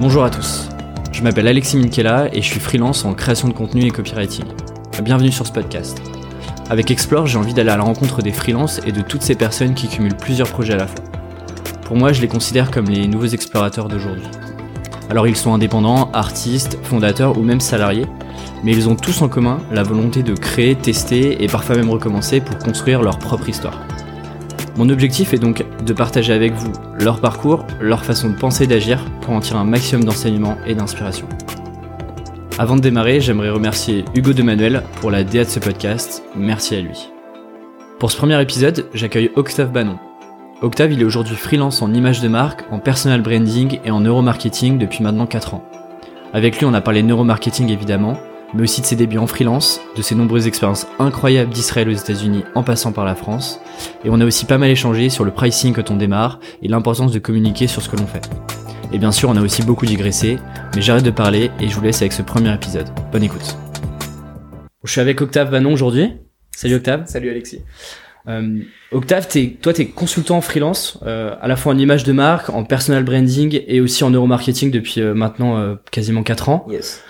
Bonjour à tous, je m'appelle Alexis Minkela et je suis freelance en création de contenu et copywriting. Bienvenue sur ce podcast. Avec Explore, j'ai envie d'aller à la rencontre des freelances et de toutes ces personnes qui cumulent plusieurs projets à la fois. Pour moi, je les considère comme les nouveaux explorateurs d'aujourd'hui. Alors ils sont indépendants, artistes, fondateurs ou même salariés, mais ils ont tous en commun la volonté de créer, tester et parfois même recommencer pour construire leur propre histoire. Mon objectif est donc de partager avec vous leur parcours, leur façon de penser et d'agir pour en tirer un maximum d'enseignements et d'inspiration. Avant de démarrer, j'aimerais remercier Hugo Demanuel pour la DA de ce podcast, merci à lui. Pour ce premier épisode, j'accueille Octave Bannon. Octave, il est aujourd'hui freelance en image de marque, en personal branding et en neuromarketing depuis maintenant 4 ans. Avec lui, on a parlé neuromarketing évidemment, mais aussi de ses débuts en freelance, de ses nombreuses expériences incroyables d'Israël aux États-Unis en passant par la France, et on a aussi pas mal échangé sur le pricing quand on démarre et l'importance de communiquer sur ce que l'on fait. Et bien sûr, on a aussi beaucoup digressé, mais j'arrête de parler et je vous laisse avec ce premier épisode. Bonne écoute. Je suis avec Octave Bannon aujourd'hui. Salut Octave. Salut Alexis. Octave, toi t'es consultant en freelance, à la fois en image de marque, en personal branding et aussi en neuromarketing depuis maintenant quasiment 4 ans. Yes.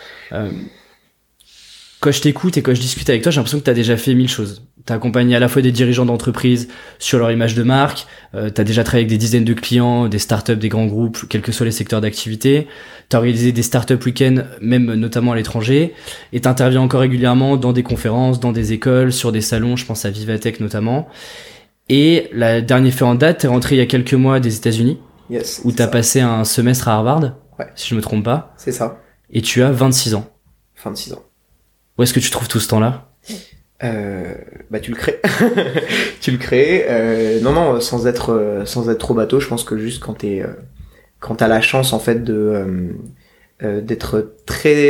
Quand je t'écoute et quand je discute avec toi, j'ai l'impression que t'as déjà fait 1000 choses. T'as accompagné à la fois des dirigeants d'entreprises sur leur image de marque, t'as déjà travaillé avec des dizaines de clients, des startups, des grands groupes, quels que soient les secteurs d'activité. T'as organisé des startup week-ends, même notamment à l'étranger, et t'interviens encore régulièrement dans des conférences, dans des écoles, sur des salons, je pense à Vivatech notamment. Et la dernière fois en date, t'es rentré il y a quelques mois des États-Unis, Yes, où t'as passé un semestre à Harvard, ouais, si je me trompe pas. C'est ça. Et tu as 26 ans. 26 ans. Où est-ce que tu trouves tout ce temps-là ? Tu le crées. Tu le crées. Non, sans être trop bateau, je pense que juste quand t'as la chance en fait d'être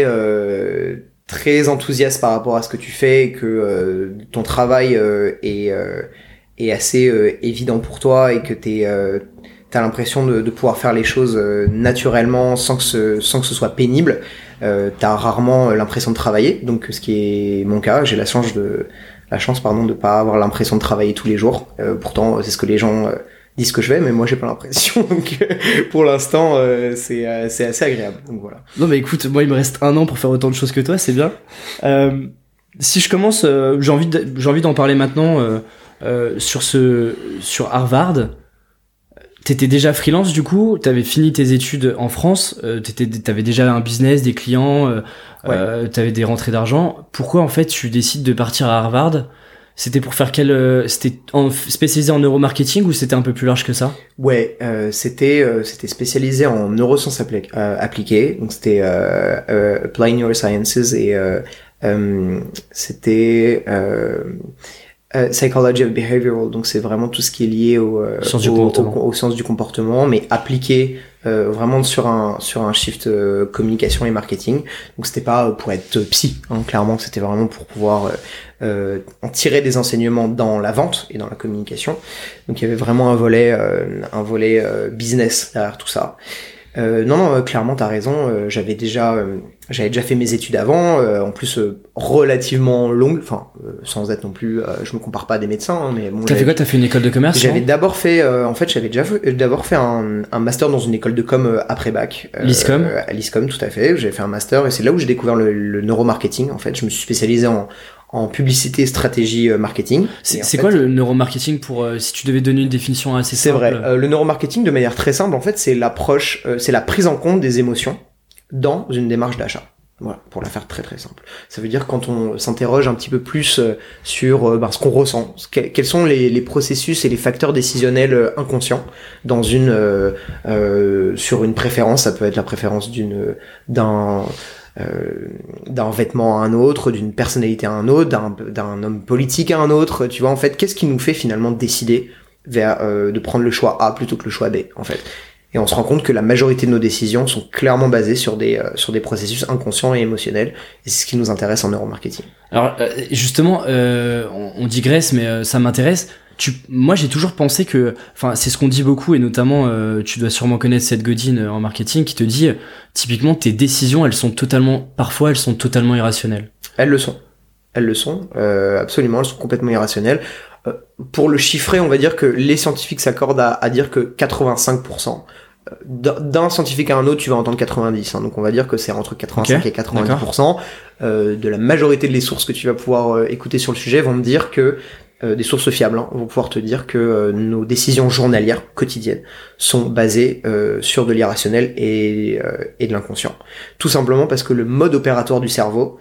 très enthousiaste par rapport à ce que tu fais et que ton travail est assez évident pour toi et que t'as l'impression de pouvoir faire les choses naturellement sans que ce soit pénible. T'as rarement l'impression de travailler, donc ce qui est mon cas, j'ai la chance de pas avoir l'impression de travailler tous les jours. Pourtant, c'est ce que les gens disent que je fais, mais moi j'ai pas l'impression. Donc pour l'instant, c'est assez agréable. Donc voilà. Non mais écoute, moi il me reste 1 an pour faire autant de choses que toi, c'est bien. Si je commence, j'ai envie d'en parler maintenant sur Harvard. T'étais déjà freelance du coup, t'avais fini tes études en France, t'avais déjà un business, des clients, ouais. T'avais des rentrées d'argent. Pourquoi en fait tu décides de partir à Harvard ? C'était pour faire c'était spécialisé en neuromarketing ou c'était un peu plus large que ça ? Ouais, c'était spécialisé en neurosciences appliquées, donc c'était Applying Neurosciences et c'était Psychology of Behavioral, donc c'est vraiment tout ce qui est lié aux sciences du comportement, mais appliqué vraiment sur un shift communication et marketing. Donc c'était pas pour être psy, hein, clairement, c'était vraiment pour pouvoir en tirer des enseignements dans la vente et dans la communication. Donc il y avait vraiment un volet business derrière tout ça. Non, clairement t'as raison. J'avais déjà fait mes études avant, en plus relativement longues, enfin sans être non plus, je me compare pas à des médecins, hein, mais bon. T'as fait quoi ? T'as fait une école de commerce ? J'avais d'abord fait, d'abord fait un master dans une école de com après bac. L'ISCOM ? À l'ISCOM, tout à fait. J'ai fait un master et c'est là où j'ai découvert le neuromarketing. En fait, je me suis spécialisé en publicité, stratégie, marketing. C'est quoi le neuromarketing pour si tu devais donner une définition assez simple ? C'est vrai. Le neuromarketing, de manière très simple, en fait, c'est l'approche, c'est la prise en compte des émotions dans une démarche d'achat. Voilà, pour la faire très très simple. Ça veut dire quand on s'interroge un petit peu plus sur ce qu'on ressent, quels sont les processus et les facteurs décisionnels inconscients dans sur une préférence. Ça peut être la préférence d'un vêtement à un autre, d'une personnalité à un autre, d'un homme politique à un autre. Tu vois, en fait, qu'est-ce qui nous fait finalement décider de prendre le choix A plutôt que le choix B, en fait. Et on se rend compte que la majorité de nos décisions sont clairement basées sur des processus inconscients et émotionnels. Et c'est ce qui nous intéresse en neuromarketing. Alors justement, on digresse, mais ça m'intéresse. Moi, j'ai toujours pensé que, enfin, c'est ce qu'on dit beaucoup, et notamment, tu dois sûrement connaître Seth Godin en marketing, qui te dit, typiquement, tes décisions, parfois, elles sont totalement irrationnelles. Elles le sont, absolument, elles sont complètement irrationnelles. Pour le chiffrer, on va dire que les scientifiques s'accordent à dire que 85% d'un scientifique à un autre, tu vas entendre 90. Donc on va dire que c'est entre 85 et 90%. De la majorité des sources que tu vas pouvoir écouter sur le sujet vont me dire que des sources fiables vont pouvoir te dire que nos décisions journalières, quotidiennes, sont basées sur de l'irrationnel et de l'inconscient. Tout simplement parce que le mode opératoire du cerveau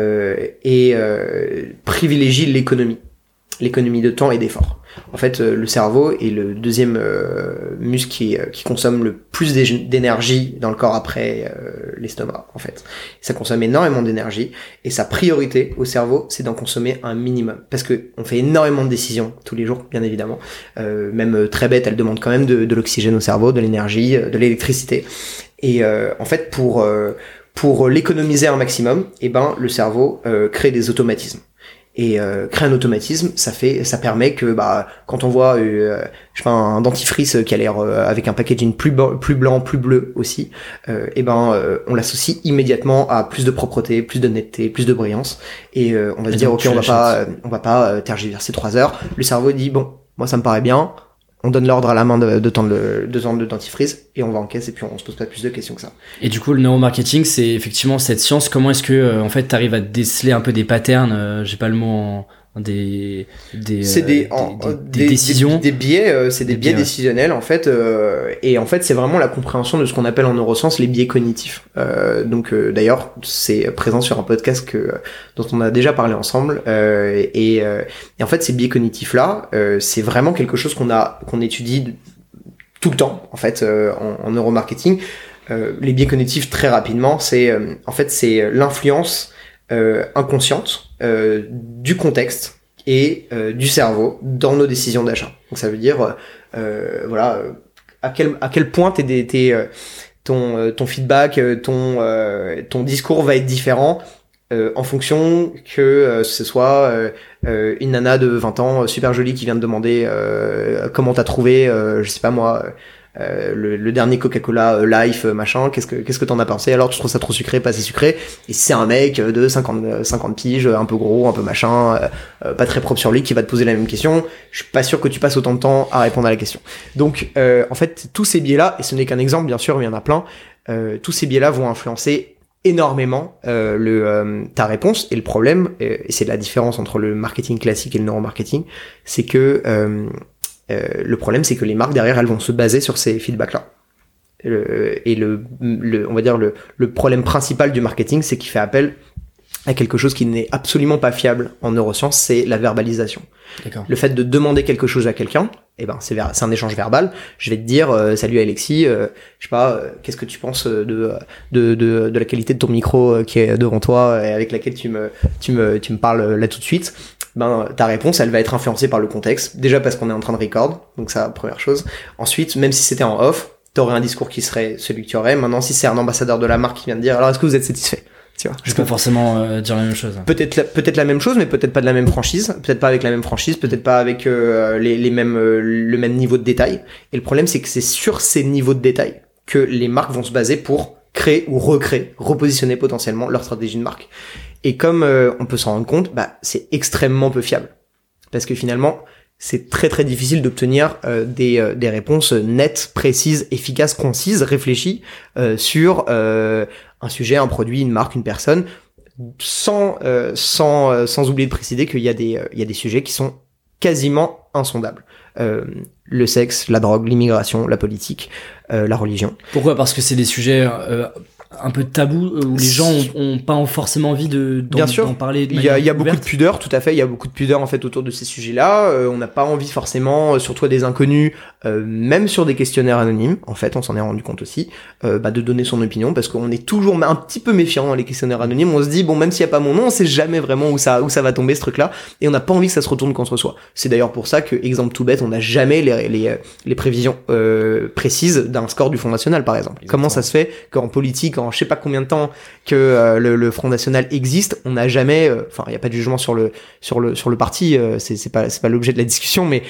privilégie l'économie de temps et d'effort. En fait, le cerveau est le deuxième muscle qui consomme le plus d'énergie dans le corps après l'estomac, en fait. Ça consomme énormément d'énergie, et sa priorité au cerveau, c'est d'en consommer un minimum. Parce que on fait énormément de décisions tous les jours, bien évidemment. Même très bête, elle demande quand même de l'oxygène au cerveau, de l'énergie, de l'électricité. Et en fait, pour l'économiser un maximum, le cerveau crée des automatismes. Et créer un automatisme, ça permet que quand on voit un dentifrice qui a l'air avec un packaging plus blanc, plus bleu aussi, on l'associe immédiatement à plus de propreté, plus de netteté, plus de brillance, et on va se dire ok, on va pas tergiverser 3 heures. Le cerveau dit bon, moi ça me paraît bien. On donne l'ordre à la main de tendre le dentifrice, et on va en caisse, et puis on se pose pas plus de questions que ça. Et du coup, le neuromarketing, c'est effectivement cette science. Comment est-ce que, en fait, t'arrives à déceler un peu des patterns, j'ai pas le mot des décisions, des biais, c'est des biais décisionnels en fait, et en fait c'est vraiment la compréhension de ce qu'on appelle en neurosciences les biais cognitifs. D'ailleurs c'est présent sur un podcast dont on a déjà parlé ensemble, et en fait ces biais cognitifs là, c'est vraiment quelque chose qu'on étudie tout le temps en fait en neuromarketing. Les biais cognitifs, très rapidement, c'est l'influence inconsciente du contexte et du cerveau dans nos décisions d'achat. Donc ça veut dire à quel point ton feedback, ton discours va être différent en fonction que ce soit une nana de 20 ans super jolie qui vient te demander comment t'as trouvé je sais pas moi le dernier Coca-Cola Life machin, qu'est-ce que t'en as pensé, alors tu trouves ça trop sucré, pas assez sucré, et c'est un mec de 50 piges, un peu gros, un peu machin, pas très propre sur lui, qui va te poser la même question, je suis pas sûr que tu passes autant de temps à répondre à la question. Donc en fait tous ces biais-là, et ce n'est qu'un exemple bien sûr, mais il y en a plein, tous ces biais-là vont influencer énormément ta réponse. Et le problème, et c'est la différence entre le marketing classique et le neuromarketing, c'est que le problème, c'est que les marques derrière, elles vont se baser sur ces feedbacks-là. On va dire le problème principal du marketing, c'est qu'il fait appel à quelque chose qui n'est absolument pas fiable en neurosciences, c'est la verbalisation. D'accord. Le fait de demander quelque chose à quelqu'un, c'est un échange verbal. Je vais te dire salut Alexis, je sais pas, qu'est-ce que tu penses de la qualité de ton micro qui est devant toi et avec laquelle tu me parles là tout de suite. Ta réponse, elle va être influencée par le contexte. Déjà parce qu'on est en train de record, donc ça, première chose. Ensuite, même si c'était en off, t'aurais un discours qui serait celui que tu aurais. Maintenant, si c'est un ambassadeur de la marque qui vient de dire, alors est-ce que vous êtes satisfait? Tu vois, je peux pas forcément dire la même chose. Peut-être la même chose, mais peut-être pas de la même franchise, peut-être pas avec la même franchise, peut-être pas avec le même niveau de détail. Et le problème, c'est que c'est sur ces niveaux de détail que les marques vont se baser pour créer ou recréer, repositionner potentiellement leur stratégie de marque. Et comme on peut s'en rendre compte, c'est extrêmement peu fiable, parce que finalement c'est très très difficile d'obtenir des réponses nettes, précises, efficaces, concises, réfléchies sur un sujet, un produit, une marque, une personne, sans oublier de préciser qu'il y a des sujets qui sont quasiment insondables. Le sexe, la drogue, l'immigration, la politique, la religion. Pourquoi ? Parce que c'est des sujets un peu tabou, où les gens ont pas forcément envie d'en parler de manière il y a beaucoup de pudeur, tout à fait, il y a beaucoup de pudeur en fait autour de ces sujets-là. On n'a pas envie forcément, surtout à des inconnus, même sur des questionnaires anonymes, en fait, on s'en est rendu compte aussi, de donner son opinion, parce qu'on est toujours un petit peu méfiant dans les questionnaires anonymes. On se dit bon, même s'il y a pas mon nom, on sait jamais vraiment où ça va tomber ce truc-là, et on n'a pas envie que ça se retourne contre soi. C'est d'ailleurs pour ça que, exemple tout bête, on n'a jamais les prévisions précises d'un score du Front National, par exemple. Exactement. Comment ça se fait qu'en politique, en je sais pas combien de temps que le Front National existe, on n'a jamais, il y a pas de jugement sur le parti, c'est pas l'objet de la discussion, mais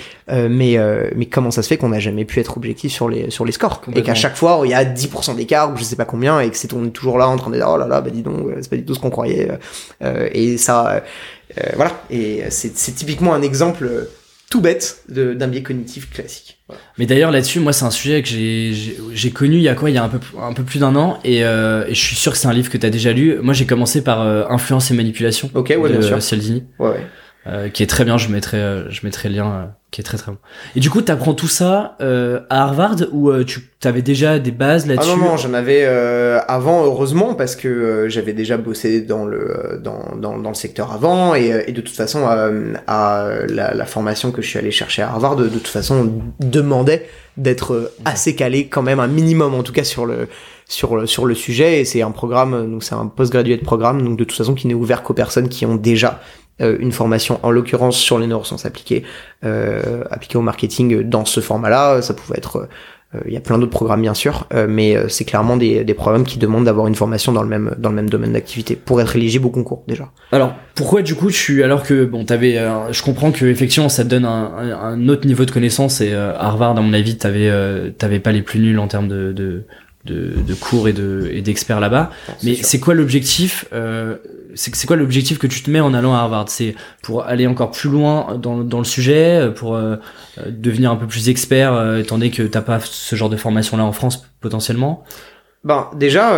comment ça se fait qu'on n'a jamais pu être objectif sur les scores, et qu'à chaque fois il y a 10% d'écart ou je sais pas combien, et que on est toujours là en train de dire oh là là, dis donc, c'est pas du tout ce qu'on croyait, et ça voilà, et c'est typiquement un exemple tout bête d'un biais cognitif classique. Voilà. Mais d'ailleurs là-dessus, moi c'est un sujet que j'ai connu il y a un peu plus d'un an et je suis sûr que c'est un livre que t'as déjà lu. Moi j'ai commencé par Influence et manipulation de Cialdini. Ouais. Qui est très bien, je mettrai le lien, qui est très très bon. Et du coup, t'apprends tout ça à Harvard ou tu avais déjà des bases là-dessus? Ah non, j'en avais avant, heureusement, parce que j'avais déjà bossé dans le secteur avant, et de toute façon, à la formation que je suis allé chercher à Harvard, de toute façon, on demandait d'être assez calé quand même, un minimum en tout cas sur le sujet, et c'est un programme, donc c'est un postgraduate programme, donc de toute façon qui n'est ouvert qu'aux personnes qui ont déjà une formation, en l'occurrence sur les neurosciences appliquées au marketing dans ce format-là. Ça pouvait être, il y a plein d'autres programmes bien sûr, mais c'est clairement des programmes qui demandent d'avoir une formation dans le même domaine d'activité pour être éligible au concours déjà. Alors pourquoi du coup alors que bon je comprends que effectivement ça te donne un autre niveau de connaissance, et Harvard à mon avis t'avais pas les plus nuls en termes de cours et d'experts là-bas, mais c'est quoi l'objectif c'est quoi l'objectif que tu te mets en allant à Harvard? C'est pour aller encore plus loin dans le sujet, pour devenir un peu plus expert, étant donné que t'as pas ce genre de formation là en France potentiellement? Déjà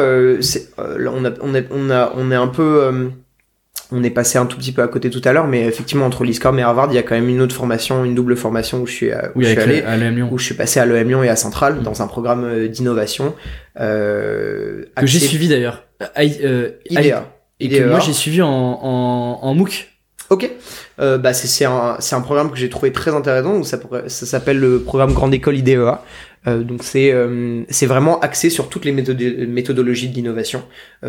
on est un peu on est passé un tout petit peu à côté tout à l'heure, mais effectivement entre l'ISCOM et Harvard, il y a quand même une autre formation, une double formation où je suis allé, à l'EM Lyon, où je suis passé à l'EM Lyon et à Centrale dans un programme d'innovation que j'ai suivi d'ailleurs. IDEA. Moi j'ai suivi en MOOC. Ok. C'est un programme que j'ai trouvé très intéressant, où ça s'appelle le programme Grande École IDEA. Donc c'est vraiment axé sur toutes les méthodologies de l'innovation,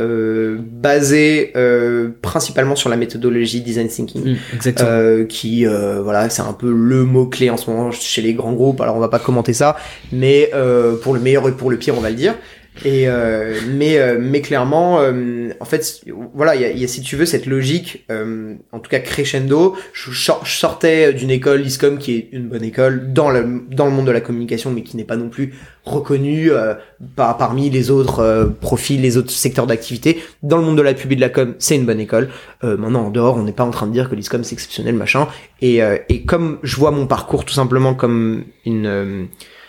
basé principalement sur la méthodologie design thinking, qui c'est un peu le mot clé en ce moment chez les grands groupes. Alors on va pas commenter ça, mais pour le meilleur et pour le pire on va le dire. Et mais clairement en fait voilà, il y a si tu veux cette logique, en tout cas crescendo. Je sortais d'une école l'ISCOM qui est une bonne école dans le monde de la communication, mais qui n'est pas non plus reconnue parmi les autres profils, les autres secteurs d'activité. Dans le monde de la pub et de la com, c'est une bonne école. Maintenant en dehors, on n'est pas en train de dire que l'ISCOM c'est exceptionnel machin, et comme je vois mon parcours tout simplement comme une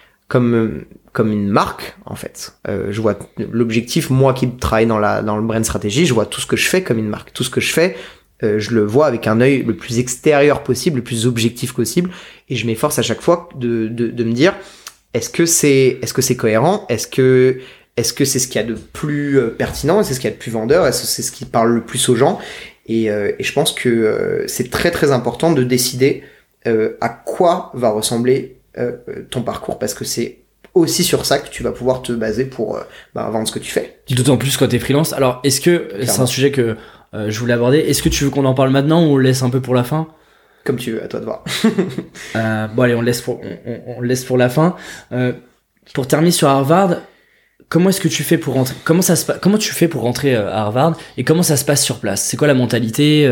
marque, en fait. Je vois l'objectif, moi qui travaille dans le brand stratégie, je vois tout ce que je fais comme une marque. Tout ce que je fais, je le vois avec un œil le plus extérieur possible, le plus objectif possible, et je m'efforce à chaque fois de me dire, est-ce que c'est cohérent? Est-ce que c'est ce qu'il y a de plus pertinent? Est-ce que c'est ce qu'il y a de plus vendeur? Est-ce que c'est ce qui parle le plus aux gens? Et je pense que c'est très très important de décider à quoi va ressembler ton parcours, parce que c'est aussi sur ça que tu vas pouvoir te baser pour vendre ce que tu fais. D'autant plus quand t'es freelance. Alors, est-ce que c'est un sujet que je voulais aborder? Est-ce que tu veux qu'on en parle maintenant ou on le laisse un peu pour la fin? Comme tu veux, à toi de voir. Bon allez, on le laisse pour la fin. Pour terminer sur Harvard, comment est-ce que tu fais pour rentrer? Comment tu fais pour rentrer à Harvard, et comment ça se passe sur place? C'est quoi la mentalité?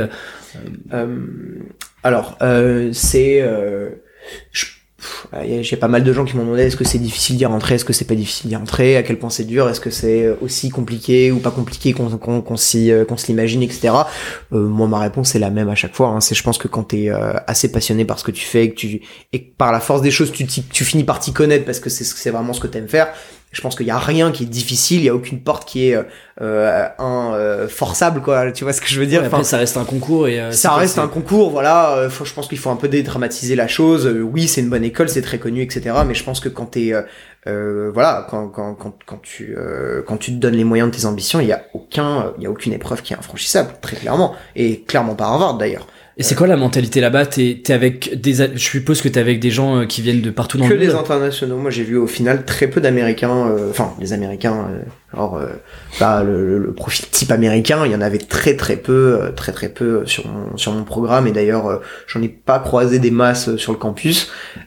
J'ai pas mal de gens qui m'ont demandé est-ce que c'est difficile d'y rentrer, est-ce que c'est pas difficile d'y rentrer, à quel point c'est dur, est-ce que c'est aussi compliqué ou pas compliqué qu'on se l'imagine, etc. Moi ma réponse est la même à chaque fois, hein. Je pense que quand t'es assez passionné par ce que tu fais, et que par la force des choses tu finis par t'y connaître parce que c'est vraiment ce que t'aimes faire. Je pense qu'il y a rien qui est difficile, il y a aucune porte qui est forçable, quoi. Tu vois ce que je veux dire? Après, ça reste un concours, et ça reste un concours, voilà. Je pense qu'il faut un peu dédramatiser la chose. Oui, c'est une bonne école, c'est très connu, etc. Mais je pense que quand t'es quand tu te donnes les moyens de tes ambitions, il y a aucune épreuve qui est infranchissable, très clairement, et clairement par Harvard d'ailleurs. Et c'est quoi la mentalité là-bas? T'es avec je suppose que t'es avec des gens qui viennent de partout dans le monde. Que des internationaux. Moi, j'ai vu au final très peu d'Américains. Les Américains, le profil type américain, il y en avait très peu sur mon programme. Et d'ailleurs, j'en ai pas croisé des masses sur le campus.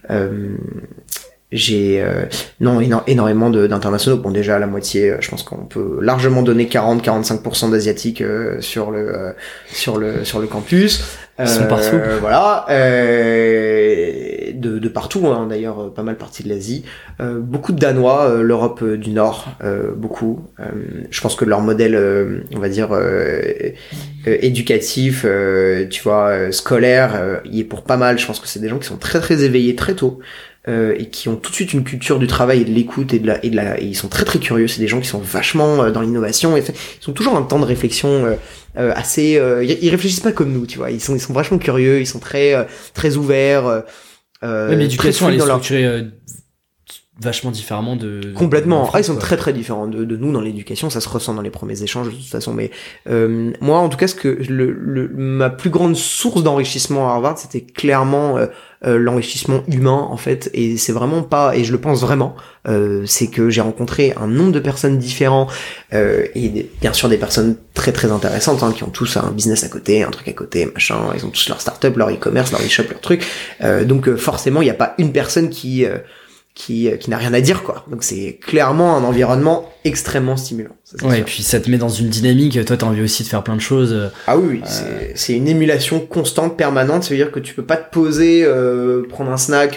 J'ai énormément d'internationaux. Bon, déjà la moitié, je pense qu'on peut largement donner 40-45% d'asiatiques sur le campus. Ils sont partout. Voilà, de de partout, hein, d'ailleurs pas mal partie de l'Asie, beaucoup de Danois, l'Europe du Nord, beaucoup. Je pense que leur modèle, on va dire éducatif, tu vois, scolaire, il est pour pas mal. Je pense que c'est des gens qui sont très très éveillés très tôt. Et qui ont tout de suite une culture du travail et de l'écoute et ils sont très très curieux. C'est des gens qui sont vachement dans l'innovation et ils ont toujours un temps de réflexion assez. Ils réfléchissent pas comme nous, tu vois. Ils sont vachement curieux, ils sont très très ouverts. Mais l'éducation elle est structurée vachement différemment de complètement. Ils sont très très différents de nous dans l'éducation. Ça se ressent dans les premiers échanges de toute façon. Mais moi, en tout cas, ma plus grande source d'enrichissement à Harvard, c'était clairement l'enrichissement humain en fait, et c'est vraiment pas, et je le pense vraiment, c'est que j'ai rencontré un nombre de personnes différents et bien sûr des personnes très très intéressantes hein, qui ont tous un business à côté, un truc à côté, machin, ils ont tous leur start-up, leur e-commerce, leur e-shop, leur truc, donc forcément il n'y a pas une personne qui n'a rien à dire quoi. Donc c'est clairement un environnement extrêmement stimulant. Ça, ouais, sûr. Et puis ça te met dans une dynamique, toi t'as envie aussi de faire plein de choses. Ah oui, c'est une émulation constante, permanente, ça veut dire que tu peux pas te poser, prendre un snack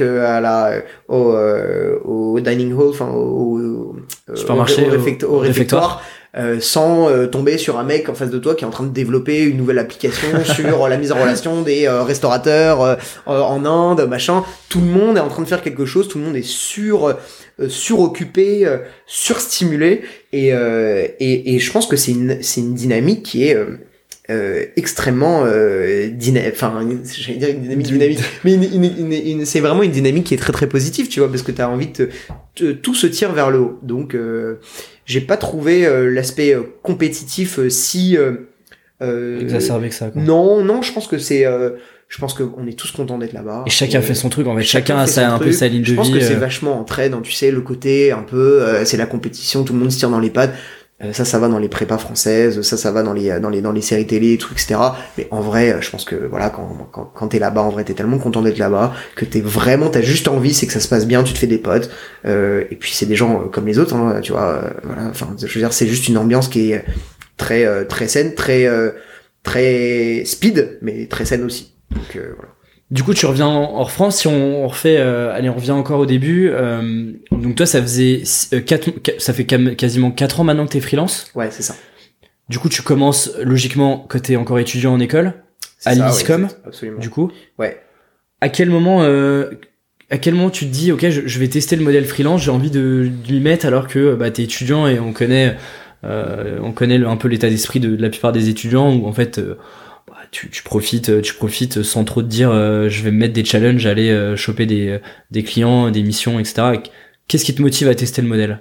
au dining hall, enfin au supermarché, au réfectoire. Sans tomber sur un mec en face de toi qui est en train de développer une nouvelle application sur la mise en relation des restaurateurs en Inde, machin. Tout le monde est en train de faire quelque chose, tout le monde est suroccupé, surstimulé, et je pense que c'est une dynamique qui est extrêmement enfin j'allais dire une dynamique dynamique mais c'est vraiment une dynamique qui est très très positive, tu vois, parce que t'as envie de tout se tire vers le haut. Donc j'ai pas trouvé l'aspect compétitif si exacerbé que ça quoi. Non, je pense que c'est je pense qu'on est tous contents d'être là-bas. Et chacun fait son truc, en fait. Chacun a un peu sa ligne de vie. Je pense que c'est vachement entraide, tu sais, le côté un peu, c'est la compétition, tout le monde se tire dans les pattes. Ça va dans les prépas françaises, ça va dans les séries télé et tout, etc. Mais en vrai, je pense que voilà, quand t'es là-bas, en vrai, t'es tellement content d'être là-bas que t'as juste envie, c'est que ça se passe bien, tu te fais des potes, et puis c'est des gens comme les autres, hein, tu vois, voilà. Enfin, je veux dire, c'est juste une ambiance qui est très très saine, très speed, mais très saine aussi. Donc voilà. Du coup, tu reviens hors France. Si on refait, allez, on revient encore au début. Donc toi, ça fait quasiment 4 ans maintenant que t'es freelance. Ouais, c'est ça. Du coup, tu commences logiquement quand t'es encore étudiant en école, à l'ISCOM. Ouais, absolument. Du coup. Ouais. À quel moment tu te dis, ok, je vais tester le modèle freelance, j'ai envie de m'y mettre alors que t'es étudiant et on connaît un peu l'état d'esprit de la plupart des étudiants où en fait tu profites sans trop te dire je vais me mettre des challenges, aller choper des clients, des missions, etc. Qu'est-ce qui te motive à tester le modèle?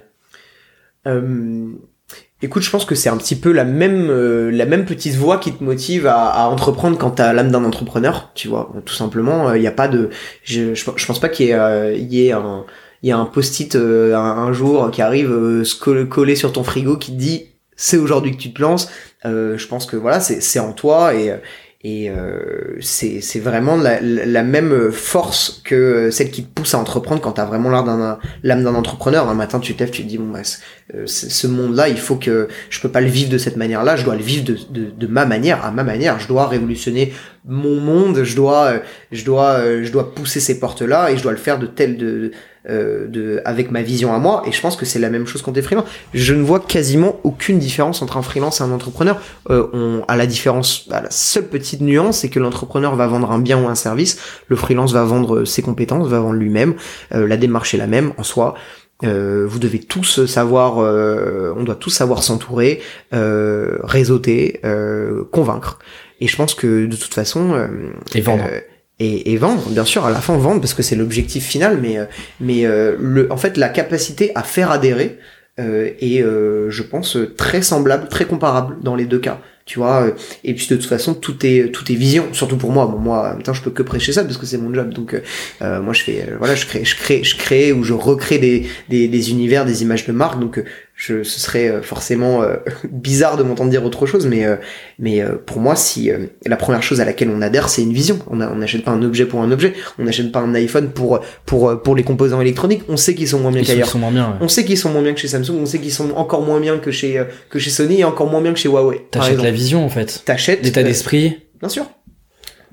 Écoute, je pense que c'est un petit peu la même petite voix qui te motive à entreprendre quand t'as l'âme d'un entrepreneur, tu vois. Tout simplement, il y a pas de, je pense pas qu'il y ait un post-it un jour qui arrive collé sur ton frigo qui te dit c'est aujourd'hui que tu te lances. Je pense que voilà, c'est en toi et c'est vraiment la même force que celle qui te pousse à entreprendre quand t'as vraiment l'âme d'un entrepreneur. Un matin tu te lèves, tu te dis bon bah ce monde-là, il faut que je peux pas le vivre de cette manière-là, je dois le vivre de ma manière, à ma manière, je dois révolutionner mon monde, je dois pousser ces portes-là et je dois le faire avec ma vision à moi. Et je pense que c'est la même chose quand t'es freelance. Je ne vois quasiment aucune différence entre un freelance et un entrepreneur. La seule petite nuance, c'est que l'entrepreneur va vendre un bien ou un service, le freelance va vendre ses compétences, va vendre lui-même. La démarche est la même en soi. Vous devez tous savoir, on doit tous savoir s'entourer, réseauter, convaincre. Et je pense que de toute façon, et vendre. Et vendre, bien sûr, à la fin vendre parce que c'est l'objectif final, mais en fait la capacité à faire adhérer est, je pense, très semblable, très comparable dans les deux cas. Tu vois, et puis de toute façon tout est vision, surtout pour moi. Bon, moi en même temps je peux que prêcher ça parce que c'est mon job, donc moi je crée ou je recrée des univers, des images de marque, donc ce serait forcément bizarre de m'entendre dire autre chose, mais pour moi, si la première chose à laquelle on adhère, c'est une vision. On n'achète pas un objet pour un objet, on n'achète pas un iPhone pour les composants électroniques. On sait qu'ils sont moins bien qu'ailleurs. On sait qu'ils sont moins bien que chez Samsung, on sait qu'ils sont encore moins bien que chez Sony et encore moins bien que chez Huawei. T'achètes la vision en fait. T'achètes l'état d'esprit. Bien sûr.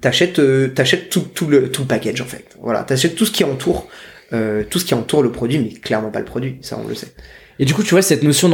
t'achètes tout le package en fait. Voilà, t'achètes tout ce qui entoure le produit, mais clairement pas le produit, ça on le sait. Et du coup, tu vois, cette notion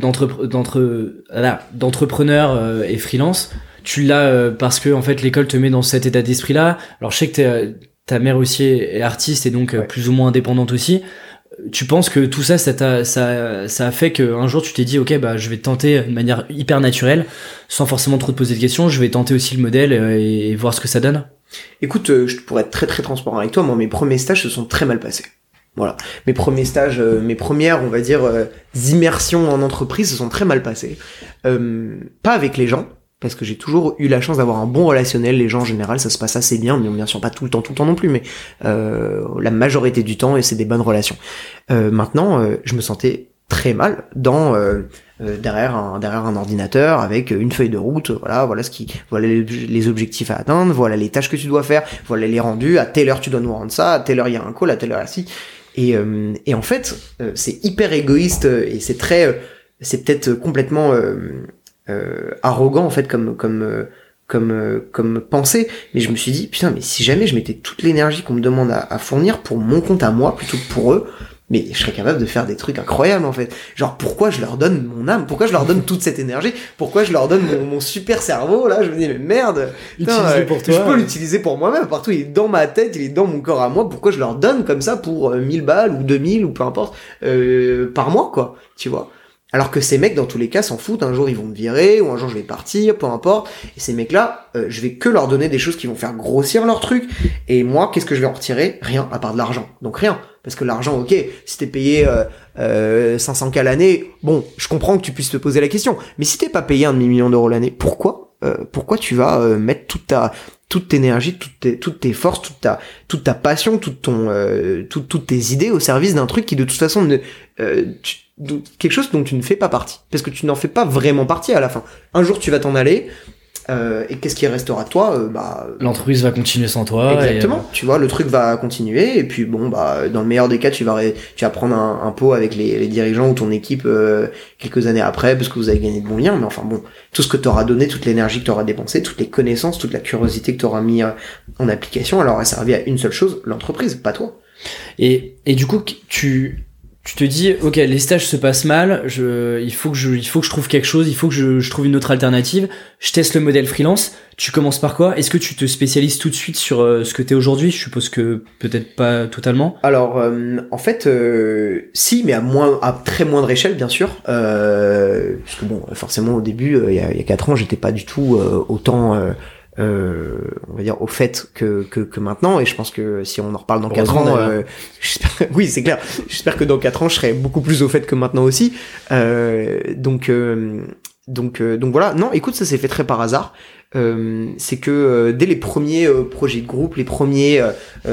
d'entrepreneur et freelance, tu l'as parce que en fait l'école te met dans cet état d'esprit-là. Alors je sais que ta mère aussi est artiste et donc plus ou moins indépendante aussi. Tu penses que tout ça a fait qu'un jour tu t'es dit ok bah je vais tenter de manière hyper naturelle, sans forcément trop te poser de questions, je vais tenter aussi le modèle et voir ce que ça donne? Écoute, je pourrais être très très transparent avec toi. Moi, mes premiers stages se sont très mal passés. Voilà, mes premiers stages, mes premières, on va dire, immersions en entreprise se sont très mal passées. Pas avec les gens, parce que j'ai toujours eu la chance d'avoir un bon relationnel. Les gens en général, ça se passe assez bien, mais bien sûr pas tout le temps non plus, mais la majorité du temps, et c'est des bonnes relations. Maintenant, je me sentais très mal derrière un ordinateur avec une feuille de route. Voilà les objectifs à atteindre, voilà les tâches que tu dois faire, voilà les rendus. À telle heure tu dois nous rendre ça, à telle heure il y a un call, à telle heure ci. Et en fait, c'est hyper égoïste et c'est peut-être complètement arrogant en fait comme pensée, mais je me suis dit putain, mais si jamais je mettais toute l'énergie qu'on me demande à fournir pour mon compte à moi plutôt que pour eux, mais je serais capable de faire des trucs incroyables en fait. Genre pourquoi je leur donne mon âme, pourquoi je leur donne toute cette énergie, pourquoi je leur donne mon super cerveau là, je me dis mais merde, putain, pour toi, je peux l'utiliser pour moi-même, partout il est dans ma tête, il est dans mon corps à moi, pourquoi je leur donne comme ça pour 1000 balles ou 2000 ou peu importe par mois quoi, tu vois. Alors que ces mecs, dans tous les cas, s'en foutent. Un jour, ils vont me virer, ou un jour, je vais partir, peu importe. Et ces mecs-là, je vais que leur donner des choses qui vont faire grossir leur truc. Et moi, qu'est-ce que je vais en retirer? Rien, à part de l'argent. Donc rien. Parce que l'argent, ok, si t'es payé 500K l'année, bon, je comprends que tu puisses te poser la question. Mais si t'es pas payé 1 demi-million d'euros l'année, pourquoi tu vas mettre toute ta énergie, toutes tes forces, toute ta passion, toutes tes idées au service d'un truc qui de toute façon quelque chose dont tu ne fais pas partie, parce que tu n'en fais pas vraiment partie à la fin. Un jour tu vas t'en aller, et qu'est-ce qui restera de toi? L'entreprise va continuer sans toi. Exactement. Tu vois, le truc va continuer, et puis bon, dans le meilleur des cas, tu vas prendre un pot avec les dirigeants ou ton équipe quelques années après, parce que vous avez gagné de bons liens. Mais enfin bon, tout ce que t'auras donné, toute l'énergie que t'auras dépensée, toutes les connaissances, toute la curiosité que t'auras mis en application, elle aura servi à une seule chose, l'entreprise, pas toi. Et du coup, tu te dis ok, les stages se passent mal, il faut que je trouve quelque chose, il faut que je trouve une autre alternative, je teste le modèle freelance. Tu commences par quoi? Est-ce que tu te spécialises tout de suite sur ce que t'es aujourd'hui? Je suppose que peut-être pas totalement. Alors en fait si, mais à très moindre échelle bien sûr, parce que bon, forcément au début il y a 4 ans j'étais pas du tout autant on va dire au fait que maintenant, et je pense que si on en reparle dans 4 ans, oui c'est clair, j'espère que dans 4 ans je serai beaucoup plus au fait que maintenant aussi, donc voilà. Non, écoute, ça s'est fait très par hasard. C'est que dès les premiers projets de groupe, les premiers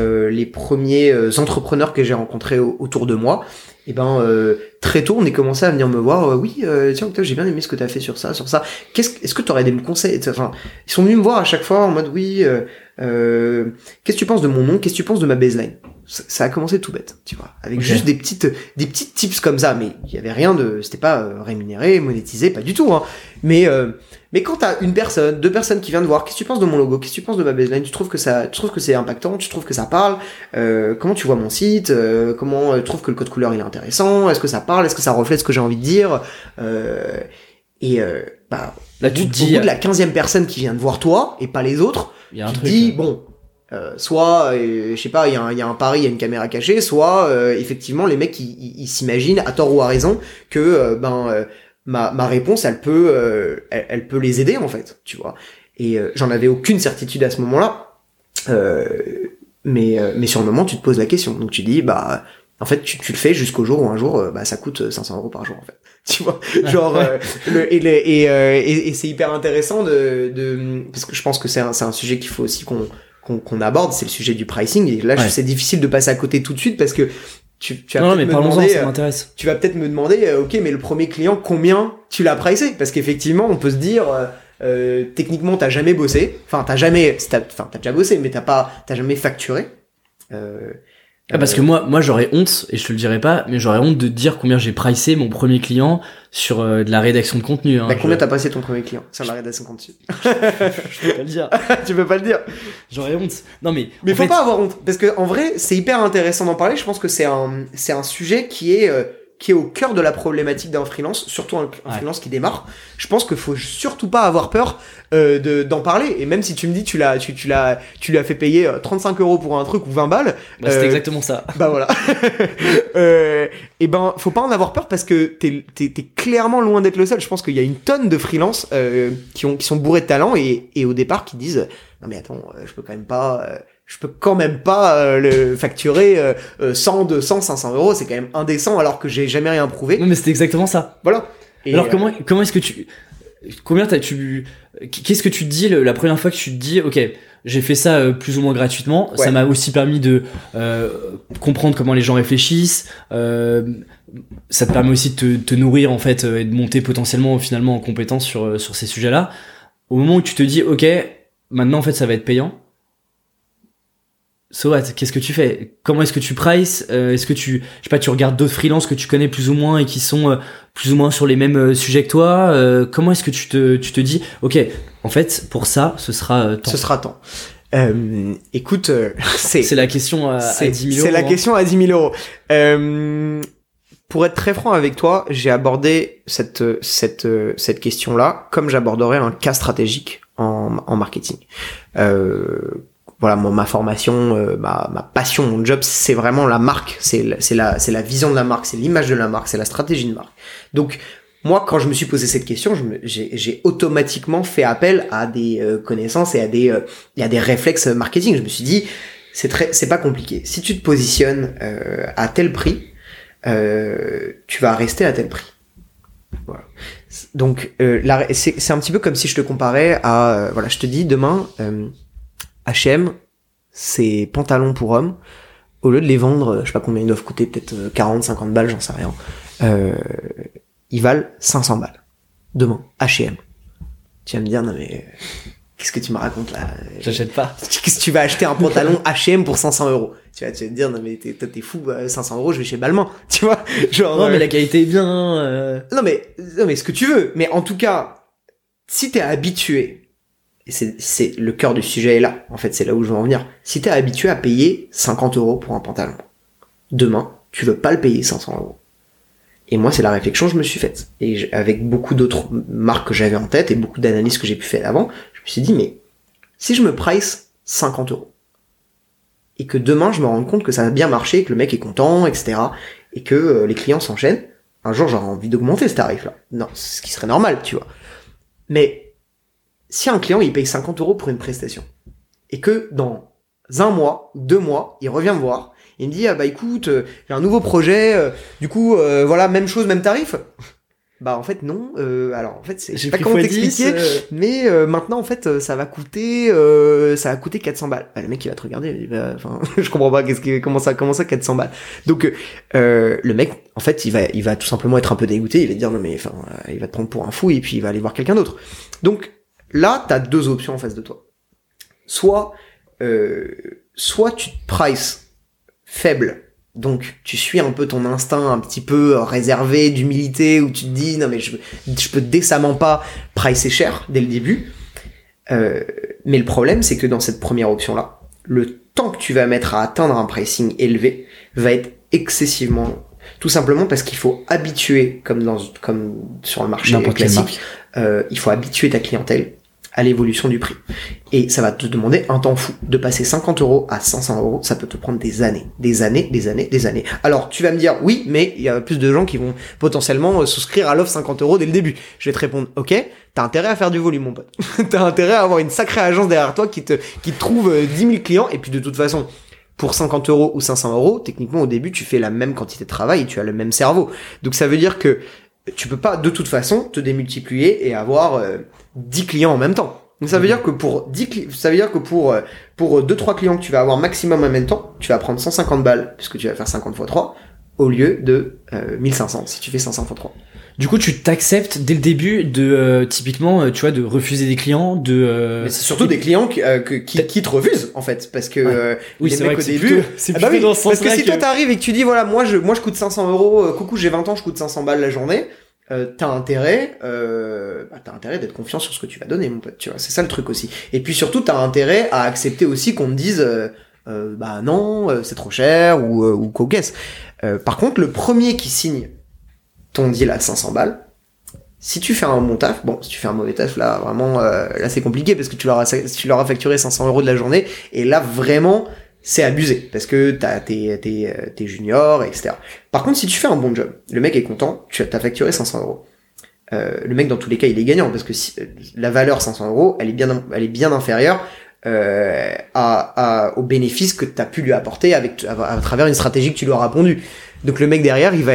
entrepreneurs que j'ai rencontrés autour de moi, et très tôt on est commencé à venir me voir, oui tiens Octave, j'ai bien aimé ce que t'as fait sur ça. Est-ce que t'aurais des conseils? Enfin, ils sont venus me voir à chaque fois en mode oui, qu'est-ce que tu penses de mon nom, qu'est-ce que tu penses de ma baseline? Ça a commencé tout bête, tu vois, avec juste des petites tips comme ça, mais il y avait rien c'était pas rémunéré, monétisé, pas du tout, hein. Mais quand t'as une personne, 2 personnes qui viennent te voir, qu'est-ce que tu penses de mon logo, qu'est-ce que tu penses de ma baseline, tu trouves que c'est impactant, tu trouves que ça parle, comment tu vois mon site, comment tu trouves que le code couleur il est intéressant, est-ce que ça parle, est-ce que ça reflète ce que j'ai envie de dire, là tu te dis, au bout de la 15e personne qui vient de voir toi et pas les autres, tu te dis bon, soit je sais pas, il y a un pari, il y a une caméra cachée, soit effectivement les mecs ils s'imaginent à tort ou à raison que ma réponse elle peut les aider en fait, tu vois. Et j'en avais aucune certitude à ce moment-là, mais sur le moment tu te poses la question, donc tu dis en fait tu le fais jusqu'au jour où un jour ça coûte 500 € par jour en fait, tu vois. Genre et c'est hyper intéressant de parce que je pense que c'est un sujet qu'il faut aussi qu'on aborde, c'est le sujet du pricing. Et là c'est difficile de passer à côté tout de suite parce que tu vas peut-être me demander, ça m'intéresse. Tu vas peut-être me demander ok, mais le premier client combien tu l'as pricé, parce qu'effectivement on peut se dire techniquement t'as jamais bossé, t'as déjà bossé mais t'as jamais facturé. Parce que moi j'aurais honte, et je te le dirai pas, mais j'aurais honte de dire combien j'ai pricé mon premier client sur de la rédaction de contenu. Combien t'as pricé ton premier client sur la rédaction de contenu? Je peux pas le dire. Tu peux pas le dire. J'aurais honte. Non mais faut pas avoir honte, parce que en vrai c'est hyper intéressant d'en parler. Je pense que c'est un sujet qui est au cœur de la problématique d'un freelance, surtout un freelance qui démarre. Je pense qu'il faut surtout pas avoir peur d'en parler. Et même si tu me dis tu lui as fait payer 35 € pour un truc ou 20 balles. C'est exactement ça. Bah voilà. Faut pas en avoir peur, parce que t'es clairement loin d'être le seul. Je pense qu'il y a une tonne de freelances qui sont bourrés de talent et au départ qui disent non mais attends, je peux quand même pas le facturer 100, 200, 500 €, c'est quand même indécent alors que j'ai jamais rien prouvé. Non mais c'était exactement ça. Voilà. Et alors comment est-ce que qu'est-ce que tu te dis la première fois que tu te dis ok, j'ai fait ça plus ou moins gratuitement, ça m'a aussi permis de comprendre comment les gens réfléchissent, ça te permet aussi de te nourrir en fait et de monter potentiellement finalement en compétence sur ces sujets-là. Au moment où tu te dis ok, maintenant en fait ça va être payant, so what, qu'est-ce que tu fais? Comment est-ce que tu prices? Est-ce que tu regardes d'autres freelances que tu connais plus ou moins et qui sont plus ou moins sur les mêmes sujets que toi? Comment est-ce que tu te dis ok, en fait pour ça ce sera tant. Ce sera tant. Écoute, c'est la question à 10 000 €. C'est la question à 10 000 €. Pour être très franc avec toi, j'ai abordé cette question-là comme j'aborderais un cas stratégique en marketing. Voilà, ma formation, ma passion, mon job, c'est vraiment la marque, c'est la vision de la marque, c'est l'image de la marque, c'est la stratégie de marque. Donc moi, quand je me suis posé cette question, j'ai automatiquement fait appel à des connaissances et à des réflexes marketing. Je me suis dit c'est pas compliqué. Si tu te positionnes à tel prix, tu vas rester à tel prix. Voilà. Donc c'est un petit peu comme si je te comparais à voilà, je te dis demain H&M, ces pantalons pour hommes, au lieu de les vendre, je sais pas combien ils doivent coûter, peut-être 40, 50 balles, j'en sais rien, ils valent 500 balles. Demain, H&M. Tu vas me dire, non mais, qu'est-ce que tu me racontes là? J'achète pas. Qu'est-ce que tu vas acheter un pantalon H&M pour 500 €? Tu vas te dire, non mais t'es fou, 500 €, je vais chez Balmain, tu vois? Genre, non mais la qualité est bien. Non mais ce que tu veux. Mais en tout cas, si t'es habitué, et c'est le cœur du sujet est là, en fait, c'est là où je veux en venir. Si t'es habitué à payer 50 € pour un pantalon, demain, tu veux pas le payer 500 €. Et moi, c'est la réflexion que je me suis faite. Et avec beaucoup d'autres marques que j'avais en tête et beaucoup d'analyses que j'ai pu faire avant, je me suis dit, mais si je me price 50 € et que demain, je me rends compte que ça a bien marché, que le mec est content, etc., et que les clients s'enchaînent, un jour, j'aurai envie d'augmenter ce tarif-là. Non, c'est ce qui serait normal, tu vois. Mais si un client il paye 50 € pour une prestation et que dans 1 mois, 2 mois, il revient me voir, il me dit écoute, j'ai un nouveau projet, du coup voilà, même chose, même tarif. En fait non, alors en fait c'est, je sais pas comment t'expliquer, mais maintenant en fait ça va coûter 400 balles. Le mec il va te regarder, il va dit je comprends pas comment ça 400 balles. Donc le mec en fait il va tout simplement être un peu dégoûté, il va dire non mais il va te prendre pour un fou et puis il va aller voir quelqu'un d'autre. Donc là, t'as 2 options en face de toi. Soit tu te prices faible, donc tu suis un peu ton instinct un petit peu réservé d'humilité, où tu te dis non mais je peux décemment pas pricer cher dès le début. Mais le problème, c'est que dans cette première option-là, le temps que tu vas mettre à atteindre un pricing élevé va être excessivement long. Tout simplement parce qu'il faut habituer, comme sur le marché classique, il faut habituer ta clientèle à l'évolution du prix. Et ça va te demander un temps fou. De passer 50 € à 500 €, ça peut te prendre des années. Alors, tu vas me dire, oui, mais il y a plus de gens qui vont potentiellement souscrire à l'offre 50 € dès le début. Je vais te répondre, ok, t'as intérêt à faire du volume, mon pote. T'as intérêt à avoir une sacrée agence derrière toi qui te trouve 10 000 clients, et puis de toute façon, pour 50 € ou 500 €, techniquement, au début, tu fais la même quantité de travail et tu as le même cerveau. Donc, ça veut dire que tu peux pas, de toute façon, te démultiplier et avoir 10 clients en même temps. Donc, ça veut dire que pour 2-3 clients que tu vas avoir maximum en même temps, tu vas prendre 150 balles, puisque tu vas faire 50 x 3, au lieu de 1500, si tu fais 500 x 3. Du coup, tu t'acceptes dès le début de typiquement, tu vois, de refuser des clients, Mais c'est surtout des clients qui te refusent en fait, parce que oui, les c'est mecs vrai au début, c'est plutôt dans ce parce que sens-là si toi t'arrives et que tu dis voilà, moi je coûte 500 €, coucou, j'ai 20 ans, je coûte 500 balles la journée, t'as intérêt d'être confiant sur ce que tu vas donner, mon pote, tu vois, c'est ça le truc aussi. Et puis surtout, t'as intérêt à accepter aussi qu'on te dise bah non, c'est trop cher ou cocasse. Par contre, le premier qui signe ton deal à 500 balles, si tu fais un bon taf, si tu fais un mauvais taf, là, vraiment, là, c'est compliqué parce que tu leur as facturé 500 € de la journée, et là, vraiment, c'est abusé parce que t'es junior, etc. Par contre, si tu fais un bon job, le mec est content, t'as facturé 500 €. Le mec, dans tous les cas, il est gagnant parce que la valeur 500 €, elle est bien inférieure au bénéfice que t'as pu lui apporter à travers une stratégie que tu lui as pondue. Donc le mec derrière, il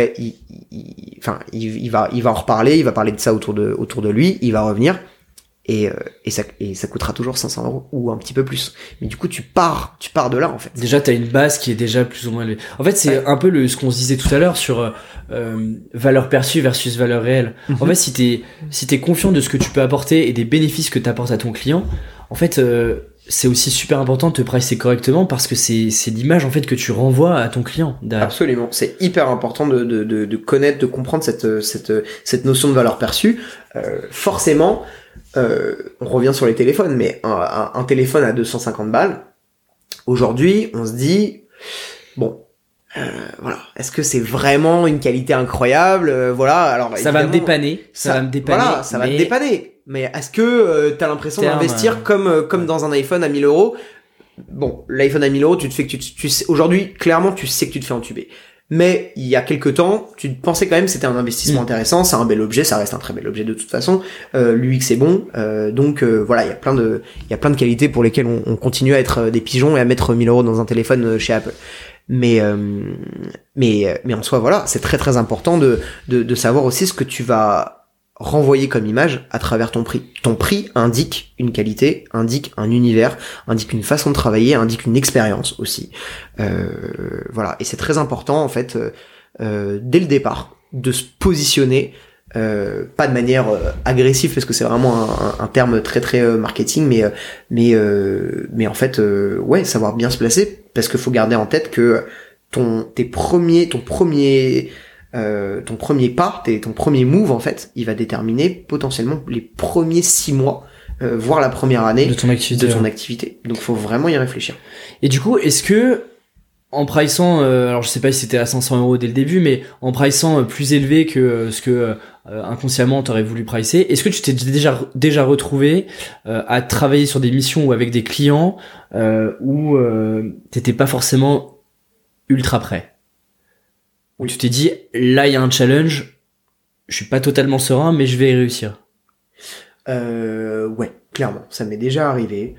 va en reparler, il va parler de ça autour de lui, il va revenir et ça coûtera toujours 500 € ou un petit peu plus. Mais du coup, tu pars de là en fait. Déjà, t'as une base qui est déjà plus ou moins élevée. En fait, c'est un peu ce qu'on se disait tout à l'heure sur valeur perçue versus valeur réelle. En fait, si t'es confiant de ce que tu peux apporter et des bénéfices que t'apportes à ton client, en fait, c'est aussi super important de te pricer correctement parce que c'est l'image en fait que tu renvoies à ton client derrière. Absolument, c'est hyper important de connaître, de comprendre cette notion de valeur perçue. Forcément, on revient sur les téléphones, mais un téléphone à 250 balles, aujourd'hui, on se dit voilà, est-ce que c'est vraiment une qualité incroyable, voilà, alors ça va me dépanner, voilà, ça va te dépanner. Mais est-ce que t'as l'impression d'investir comme dans un iPhone à 1000 €? Bon, l'iPhone à 1000 €, tu sais, aujourd'hui, clairement, tu sais que tu te fais entuber. Mais il y a quelques temps, tu pensais quand même que c'était un investissement intéressant, c'est un bel objet, ça reste un très bel objet de toute façon. L'UX est bon, donc voilà, il y a plein de qualités pour lesquelles on continue à être des pigeons et à mettre 1000 € dans un téléphone chez Apple. Mais en soi, voilà, c'est très très important de savoir aussi ce que tu vas renvoyer comme image à travers ton prix. Ton prix indique une qualité, indique un univers, indique une façon de travailler, indique une expérience aussi. Voilà, et c'est très important en fait dès le départ de se positionner, pas de manière agressive parce que c'est vraiment un terme très très marketing, mais en fait ouais, savoir bien se placer, parce qu'il faut garder en tête que ton premier pas, ton premier move en fait, il va déterminer potentiellement les premiers 6 mois, voire la première année de ton activité. Donc faut vraiment y réfléchir. Et du coup, est-ce que en priçant, alors je sais pas si c'était à 500 € dès le début, mais en priçant plus élevé que ce que inconsciemment t'aurais voulu pricer, est-ce que tu t'es déjà retrouvé à travailler sur des missions ou avec des clients où t'étais pas forcément ultra prêt? Où tu t'es dit, là il y a un challenge, je suis pas totalement serein, mais je vais y réussir. Ouais, clairement, ça m'est déjà arrivé.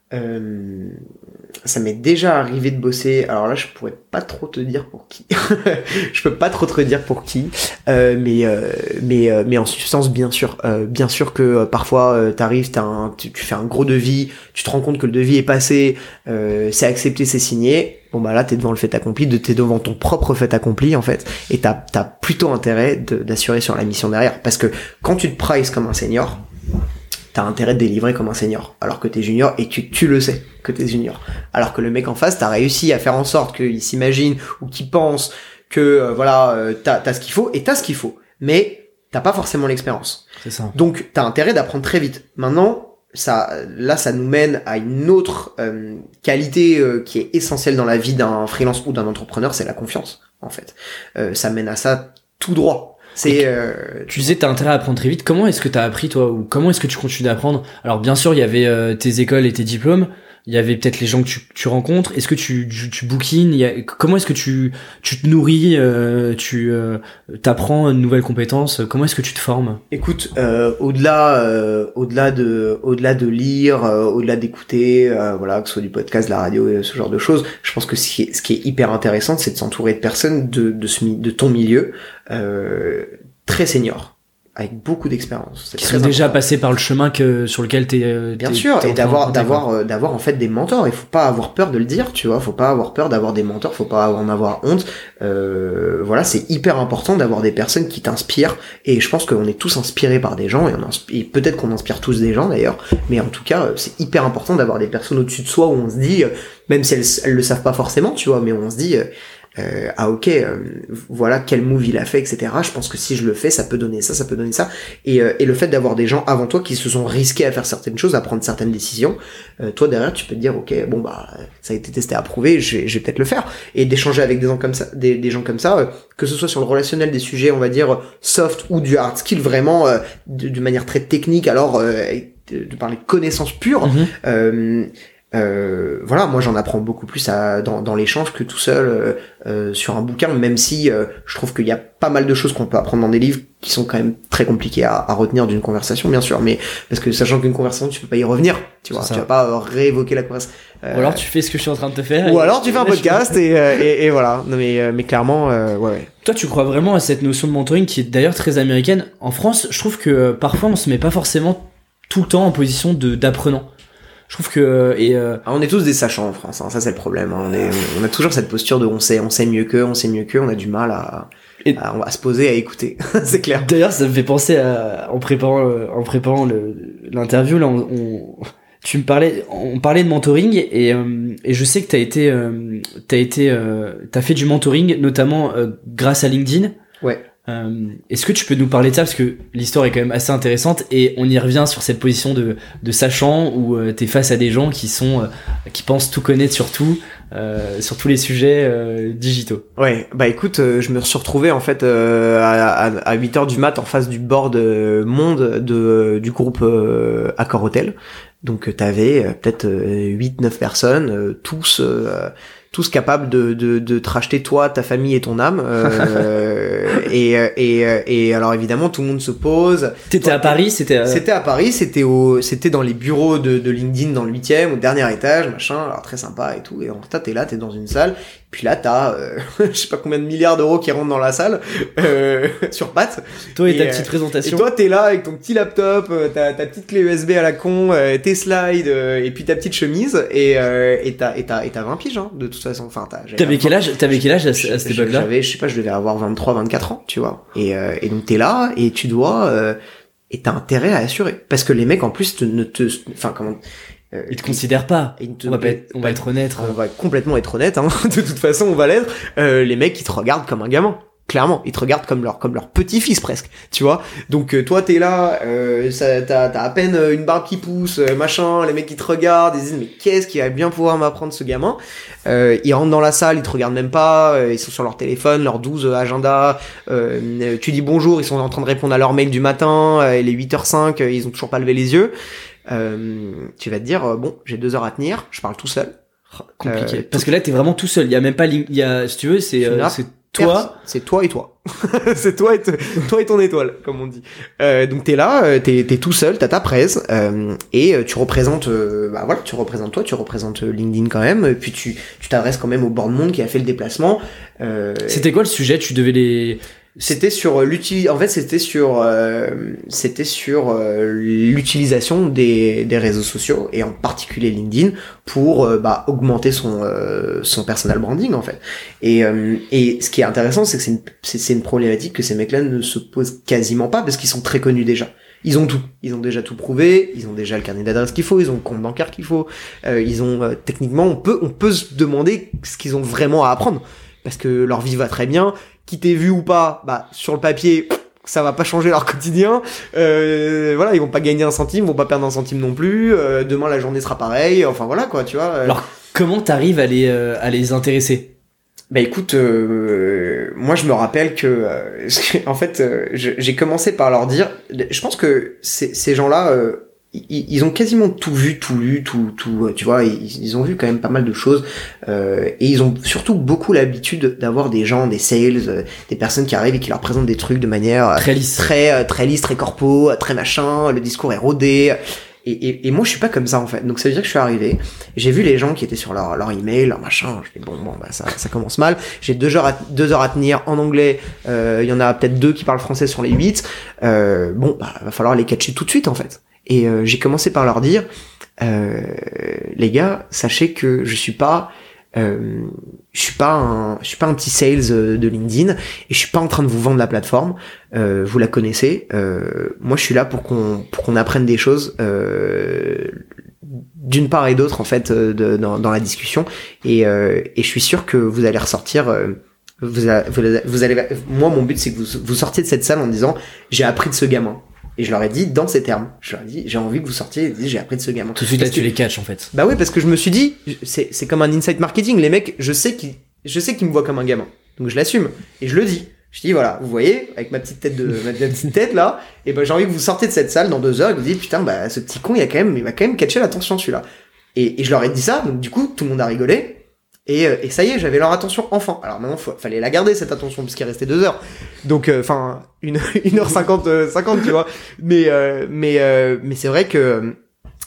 Ça m'est déjà arrivé de bosser. Alors là, je pourrais pas trop te dire pour qui. Je peux pas trop te dire pour qui. Mais en substance, bien sûr que parfois t'arrives, tu fais un gros devis, tu te rends compte que le devis est passé, c'est accepté, c'est signé. Bon bah là, t'es devant le fait accompli, t'es devant ton propre fait accompli en fait, et t'as plutôt intérêt d'assurer sur la mission derrière, parce que quand tu te prices comme un senior, t'as intérêt de délivrer comme un senior, alors que t'es junior, et tu le sais que t'es junior. Alors que le mec en face, t'as réussi à faire en sorte qu'il s'imagine ou qu'il pense que t'as ce qu'il faut, et t'as ce qu'il faut, mais t'as pas forcément l'expérience. C'est ça. Donc t'as intérêt d'apprendre très vite. Maintenant, ça nous mène à une autre qualité qui est essentielle dans la vie d'un freelance ou d'un entrepreneur, c'est la confiance en fait. Ça mène à ça tout droit. Tu disais que t'as intérêt à apprendre très vite. Comment est-ce que t'as appris toi, ou comment est-ce que tu continues d'apprendre? Alors bien sûr il y avait tes écoles et tes diplômes, il y avait peut-être les gens que tu rencontres. Est-ce que tu bookines? Comment est-ce que tu te nourris, t'apprends de nouvelles compétences? Comment est-ce que tu te formes? Écoute, au-delà de lire, au-delà d'écouter, que ce soit du podcast, de la radio, ce genre de choses, je pense que ce qui est hyper intéressant, c'est de s'entourer de personnes de ton milieu, très seniors, avec beaucoup d'expérience. Qui sont déjà passés par le chemin sur lequel bien sûr, et d'avoir en fait des mentors. Il faut pas avoir peur de le dire, tu vois. Faut pas avoir peur d'avoir des mentors, faut pas en avoir honte. Voilà, c'est hyper important d'avoir des personnes qui t'inspirent. Et je pense qu'on est tous inspirés par des gens, et peut-être qu'on inspire tous des gens d'ailleurs. Mais en tout cas, c'est hyper important d'avoir des personnes au-dessus de soi où on se dit, même si elles le savent pas forcément, tu vois, mais on se dit. Voilà quel move il a fait, etc. Je pense que si je le fais, ça peut donner ça, ça peut donner ça. Et le fait d'avoir des gens avant toi qui se sont risqués à faire certaines choses, à prendre certaines décisions, toi derrière tu peux te dire ok, bon bah ça a été testé, approuvé, je vais peut-être le faire. Et d'échanger avec des gens comme ça, des gens comme ça, que ce soit sur le relationnel, des sujets on va dire soft ou du hard skill, vraiment de manière très technique, alors de parler de connaissances pures. Voilà, moi j'en apprends beaucoup plus dans l'échange que tout seul sur un bouquin, même si je trouve qu'il y a pas mal de choses qu'on peut apprendre dans des livres qui sont quand même très compliquées à retenir d'une conversation, bien sûr, mais parce que sachant qu'une conversation tu peux pas y revenir, tu vois, tu vas pas réévoquer la conversation. Ou alors tu fais ce que je suis en train de te faire. Ou alors tu fais un podcast et voilà. Non mais clairement, ouais. Toi, tu crois vraiment à cette notion de mentoring qui est d'ailleurs très américaine. En France, je trouve que parfois on se met pas forcément tout le temps en position d'apprenant. Je trouve que on est tous des sachants en France, hein, ça c'est le problème. Hein. On a toujours cette posture de on sait mieux qu'eux, on a du mal à se poser, à écouter. C'est clair. D'ailleurs, ça me fait penser en préparant l'interview là, on parlait de mentoring et je sais que t'as fait du mentoring notamment grâce à LinkedIn. Ouais. Est-ce que tu peux nous parler de ça, parce que l'histoire est quand même assez intéressante et on y revient sur cette position de sachant où t'es face à des gens qui pensent tout connaître sur tout, sur tous les sujets digitaux. Ouais, bah écoute, je me suis retrouvé en fait à 8h du mat en face du board monde du groupe Accor Hotel. Donc t'avais peut-être 8-9 personnes, tous capables de te racheter toi, ta famille et ton âme. Et alors évidemment tout le monde se pose. T'étais à Paris, c'était à Paris, c'était dans les bureaux de LinkedIn dans le 8e, au dernier étage, machin, alors très sympa et tout. Et en fait t'es dans une salle, puis là t'as je sais pas combien de milliards d'euros qui rentrent dans la salle sur pattes. Toi et ta petite présentation. Et toi t'es là avec ton petit laptop, ta petite clé USB à la con, tes slides et puis ta petite chemise et t'as 20 piges hein, de toute façon. Enfin T'avais quel âge à cette époque-là? Je sais pas, je devais avoir 23-24 ans, tu vois. Et donc t'es là et tu dois et t'as intérêt à assurer parce que les mecs en plus ils te considèrent pas. On va être honnête. On va complètement être honnête, hein. De toute façon, on va l'être. Les mecs, ils te regardent comme un gamin. Clairement, ils te regardent comme leur petit-fils presque, tu vois. Donc toi t'es là, t'as à peine une barbe qui pousse, machin, les mecs ils te regardent, ils disent mais qu'est-ce qui va bien pouvoir m'apprendre ce gamin. Ils rentrent dans la salle, ils te regardent même pas, ils sont sur leur téléphone, leurs 12 agendas, tu dis bonjour, ils sont en train de répondre à leur mail du matin, il est 8h05, ils ont toujours pas levé les yeux. Tu vas te dire bon, j'ai 2 heures à tenir, je parle tout seul. Compliqué. Parce que là t'es vraiment tout seul, il y a même pas si tu veux, c'est toi, c'est toi et toi. C'est toi et ton étoile, comme on dit. Donc t'es là, t'es tout seul, t'as ta presse, et tu représentes, tu représentes LinkedIn quand même, et puis tu t'adresses quand même au board monde qui a fait le déplacement. C'était quoi le sujet? Tu devais C'était sur l'utilisation des réseaux sociaux et en particulier LinkedIn pour augmenter son personal branding en fait. Et ce qui est intéressant, c'est que c'est une problématique que ces mecs-là ne se posent quasiment pas parce qu'ils sont très connus déjà. Ils ont tout. Ils ont déjà tout prouvé. Ils ont déjà le carnet d'adresse qu'il faut. Ils ont le compte bancaire qu'il faut. Techniquement, on peut se demander ce qu'ils ont vraiment à apprendre parce que leur vie va très bien. Qui t'ait vu ou pas, sur le papier, ça va pas changer leur quotidien. Ils vont pas gagner un centime, ils vont pas perdre un centime non plus. Demain la journée sera pareille. Enfin voilà quoi, tu vois. Alors comment t'arrives à les intéresser? Écoute, moi je me rappelle que en fait j'ai commencé par leur dire, je pense que ces gens-là ils ont quasiment tout vu, tout lu, tout tu vois, ils ont vu quand même pas mal de choses et ils ont surtout beaucoup l'habitude d'avoir des gens, des sales, des personnes qui arrivent et qui leur présentent des trucs de manière très lisse, très lisse, très corpo, très machin, le discours est rodé. Et moi, je suis pas comme ça, en fait. Donc, ça veut dire que je suis arrivé, j'ai vu les gens qui étaient sur leur email, leur machin, je dis, bon, bah, ça commence mal. J'ai 2 heures à tenir en anglais, il y en a peut-être 2 qui parlent français sur les 8. Bon, bah, va falloir les catcher tout de suite, en fait. Et j'ai commencé par leur dire, les gars, sachez que je suis pas un petit sales de LinkedIn et je suis pas en train de vous vendre la plateforme. Vous la connaissez. Moi, je suis là pour qu'on apprenne des choses d'une part et d'autre en fait dans la discussion. Et je suis sûr que vous allez ressortir. Vous allez. Moi, mon but, c'est que vous sortiez de cette salle en disant j'ai appris de ce gamin. Et je leur ai dit dans ces termes. Je leur ai dit j'ai envie que vous sortiez et dites j'ai appris de ce gamin. Tout de suite là tu les catches en fait. Bah oui, parce que je me suis dit c'est comme un insight marketing. Les mecs, je sais qu'ils me voient comme un gamin. Donc je l'assume et je le dis. Je dis voilà, vous voyez avec ma petite tête là, et ben j'ai envie que vous sortiez de cette salle dans 2 heures et que vous dites putain bah ce petit con il va quand même catcher l'attention celui-là. Et je leur ai dit ça, donc du coup tout le monde a rigolé. Et ça y est, j'avais leur attention enfant. Alors maintenant, fallait la garder, cette attention, puisqu'il restait 2 heures. Donc, 1h50, 50, tu vois. Mais c'est vrai que,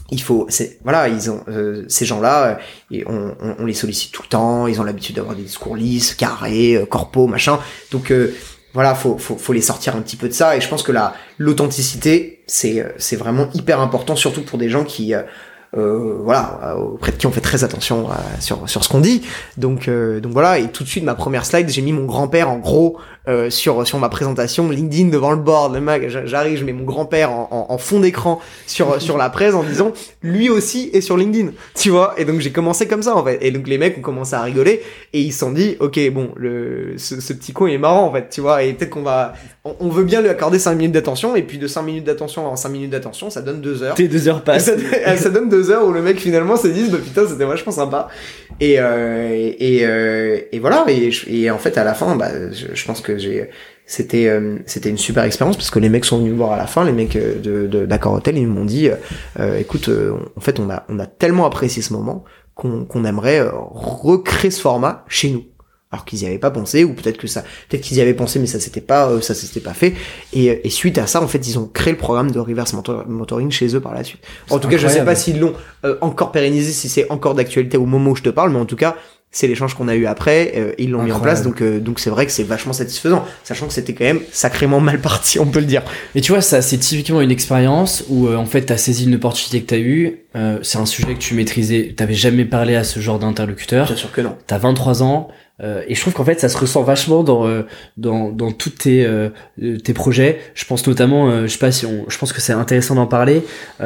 ces gens-là, on les sollicite tout le temps, ils ont l'habitude d'avoir des discours lisses, carrés, corpo, machin. Donc, faut les sortir un petit peu de ça. Et je pense que l'authenticité, c'est vraiment hyper important, surtout pour des gens qui, auprès de qui on fait très attention sur ce qu'on dit. Donc voilà, et tout de suite ma première slide, j'ai mis mon grand-père en gros sur ma présentation LinkedIn devant le board. Le mec, j'arrive, je mets mon grand-père en fond d'écran sur la presse en disant lui aussi est sur LinkedIn, tu vois. Et donc j'ai commencé comme ça en fait. Et donc les mecs ont commencé à rigoler et ils se sont dit OK, bon, ce petit con il est marrant en fait, tu vois, et peut-être on veut bien lui accorder 5 minutes d'attention, et puis de 5 minutes d'attention en 5 minutes d'attention, ça donne 2 heures. Tes 2 heures passent. Ça donne 2 heures où le mec finalement se dit bah putain c'était vachement sympa. Et voilà, et en fait à la fin bah je pense que c'était une super expérience parce que les mecs sont venus me voir à la fin, les mecs d'Accor Hotel, ils m'ont dit écoute, en fait on a tellement apprécié ce moment qu'on aimerait recréer ce format chez nous. Alors qu'ils y avaient pas pensé, ou peut-être qu'ils y avaient pensé mais ça s'était pas fait, et suite à ça en fait ils ont créé le programme de reverse mentoring chez eux par la suite. En tout cas je sais pas s'ils l'ont encore pérennisé, si c'est encore d'actualité au moment où je te parle, mais en tout cas c'est l'échange qu'on a eu après, ils l'ont mis en place, donc c'est vrai que c'est vachement satisfaisant, sachant que c'était quand même sacrément mal parti, on peut le dire. Mais tu vois, ça c'est typiquement une expérience où en fait t'as saisi une opportunité que t'as eue, c'est un sujet que tu maîtrisais, t'avais jamais parlé à ce genre d'interlocuteur. Bien sûr que non. T'as 23 ans, et je trouve qu'en fait ça se ressent vachement dans tous tes projets. Je pense notamment, je pense que c'est intéressant d'en parler,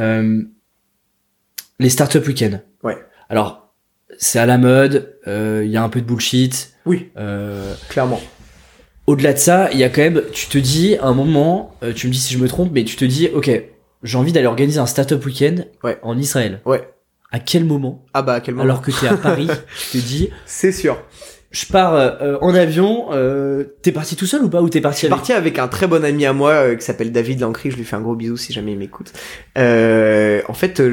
les startup week-ends. Ouais. Alors c'est à la mode, il y a un peu de bullshit. Oui. Clairement. Au-delà de ça, il y a quand même, tu te dis à un moment, tu me dis si je me trompe, mais tu te dis ok, j'ai envie d'aller organiser un startup week-end en Israël. Ouais. À quel moment? Ah bah à quel moment? Alors que t'es à Paris, tu te dis. C'est sûr. Je pars en avion. T'es parti tout seul ou pas, ou t'es parti? Je suis parti avec un très bon ami à moi qui s'appelle David Lancry. Je lui fais un gros bisou si jamais il m'écoute. En fait,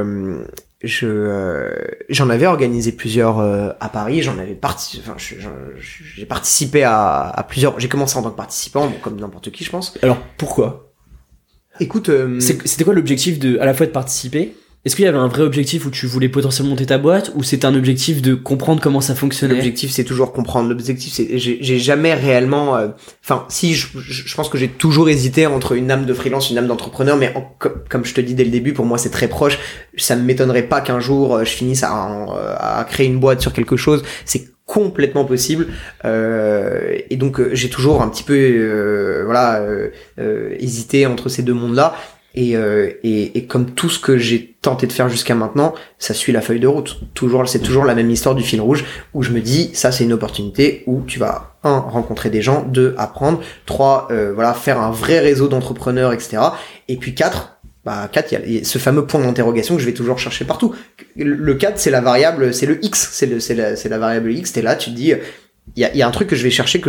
j'en avais organisé plusieurs à Paris. J'ai participé à plusieurs. J'ai commencé en tant que participant, comme n'importe qui, je pense. Alors pourquoi? Écoute, c'était quoi l'objectif à la fois de participer? Est-ce qu'il y avait un vrai objectif où tu voulais potentiellement monter ta boîte, ou c'était un objectif de comprendre comment ça fonctionnait? L'objectif c'est toujours comprendre. L'objectif c'est j'ai jamais réellement si je pense que j'ai toujours hésité entre une âme de freelance, une âme d'entrepreneur, mais comme je te dis dès le début, pour moi c'est très proche. Ça me m'étonnerait pas qu'un jour je finisse à créer une boîte sur quelque chose. C'est complètement possible, et donc j'ai toujours un petit peu hésité entre ces deux mondes-là. Et comme tout ce que j'ai tenté de faire jusqu'à maintenant, ça suit la feuille de route. C'est toujours la même histoire du fil rouge, où je me dis, ça c'est une opportunité où tu vas, 1, rencontrer des gens, 2, apprendre, 3, faire un vrai réseau d'entrepreneurs, etc. Et puis 4, il y a ce fameux point d'interrogation que je vais toujours chercher partout. Le 4, c'est la variable, c'est le X, c'est la variable X, t'es là, tu te dis, il y a un truc que je vais chercher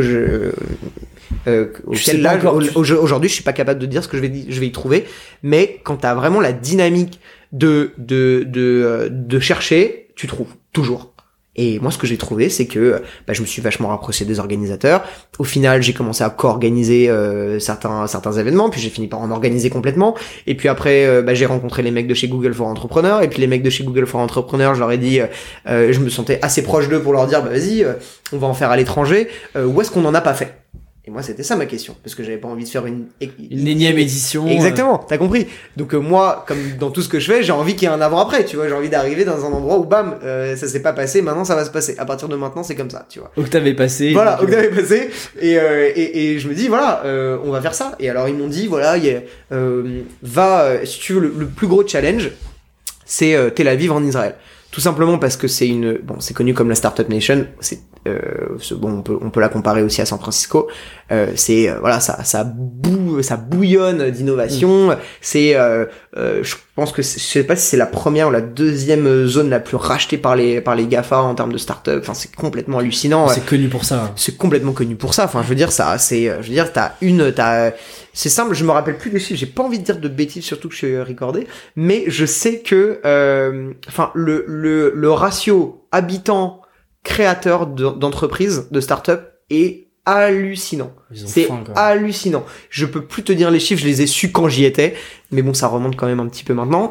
auquel là aujourd'hui je suis pas capable de dire ce que je vais y trouver, mais quand t'as vraiment la dynamique de chercher, tu trouves toujours. Et moi, ce que j'ai trouvé, c'est que je me suis vachement rapproché des organisateurs. Au final, j'ai commencé à co-organiser certains événements, puis j'ai fini par en organiser complètement. Et puis après, j'ai rencontré les mecs de chez Google for Entrepreneurs. Et puis les mecs de chez Google for Entrepreneurs, je leur ai dit, je me sentais assez proche d'eux pour leur dire, vas-y, on va en faire à l'étranger. Où est-ce qu'on en a pas fait ? Et moi, c'était ça ma question, parce que j'avais pas envie de faire une énième édition. Exactement, t'as compris. Donc moi, comme dans tout ce que je fais, j'ai envie qu'il y ait un avant-après, tu vois. J'ai envie d'arriver dans un endroit où bam, ça s'est pas passé, maintenant ça va se passer. À partir de maintenant, c'est comme ça, tu vois. Octave est passé. Voilà, Octave est passé. Et je me dis, voilà, on va faire ça. Et alors ils m'ont dit, voilà, si tu veux, le plus gros challenge, c'est Tel Aviv en Israël. Tout simplement parce que c'est connu comme la Startup Nation. On peut la comparer aussi à San Francisco. Ça bouillonne d'innovation. Je pense que je sais pas si c'est la première ou la deuxième zone la plus rachetée par les GAFA en termes de start-up. Enfin, c'est complètement hallucinant. C'est connu pour ça. C'est complètement connu pour ça. Enfin, c'est simple, je me rappelle plus des chiffres, j'ai pas envie de dire de bêtises, surtout que je suis recordé, mais je sais que, le ratio habitant-créateur d'entreprise, de start-up est hallucinant. C'est hallucinant. Je peux plus te dire les chiffres, je les ai su quand j'y étais, mais bon, ça remonte quand même un petit peu maintenant.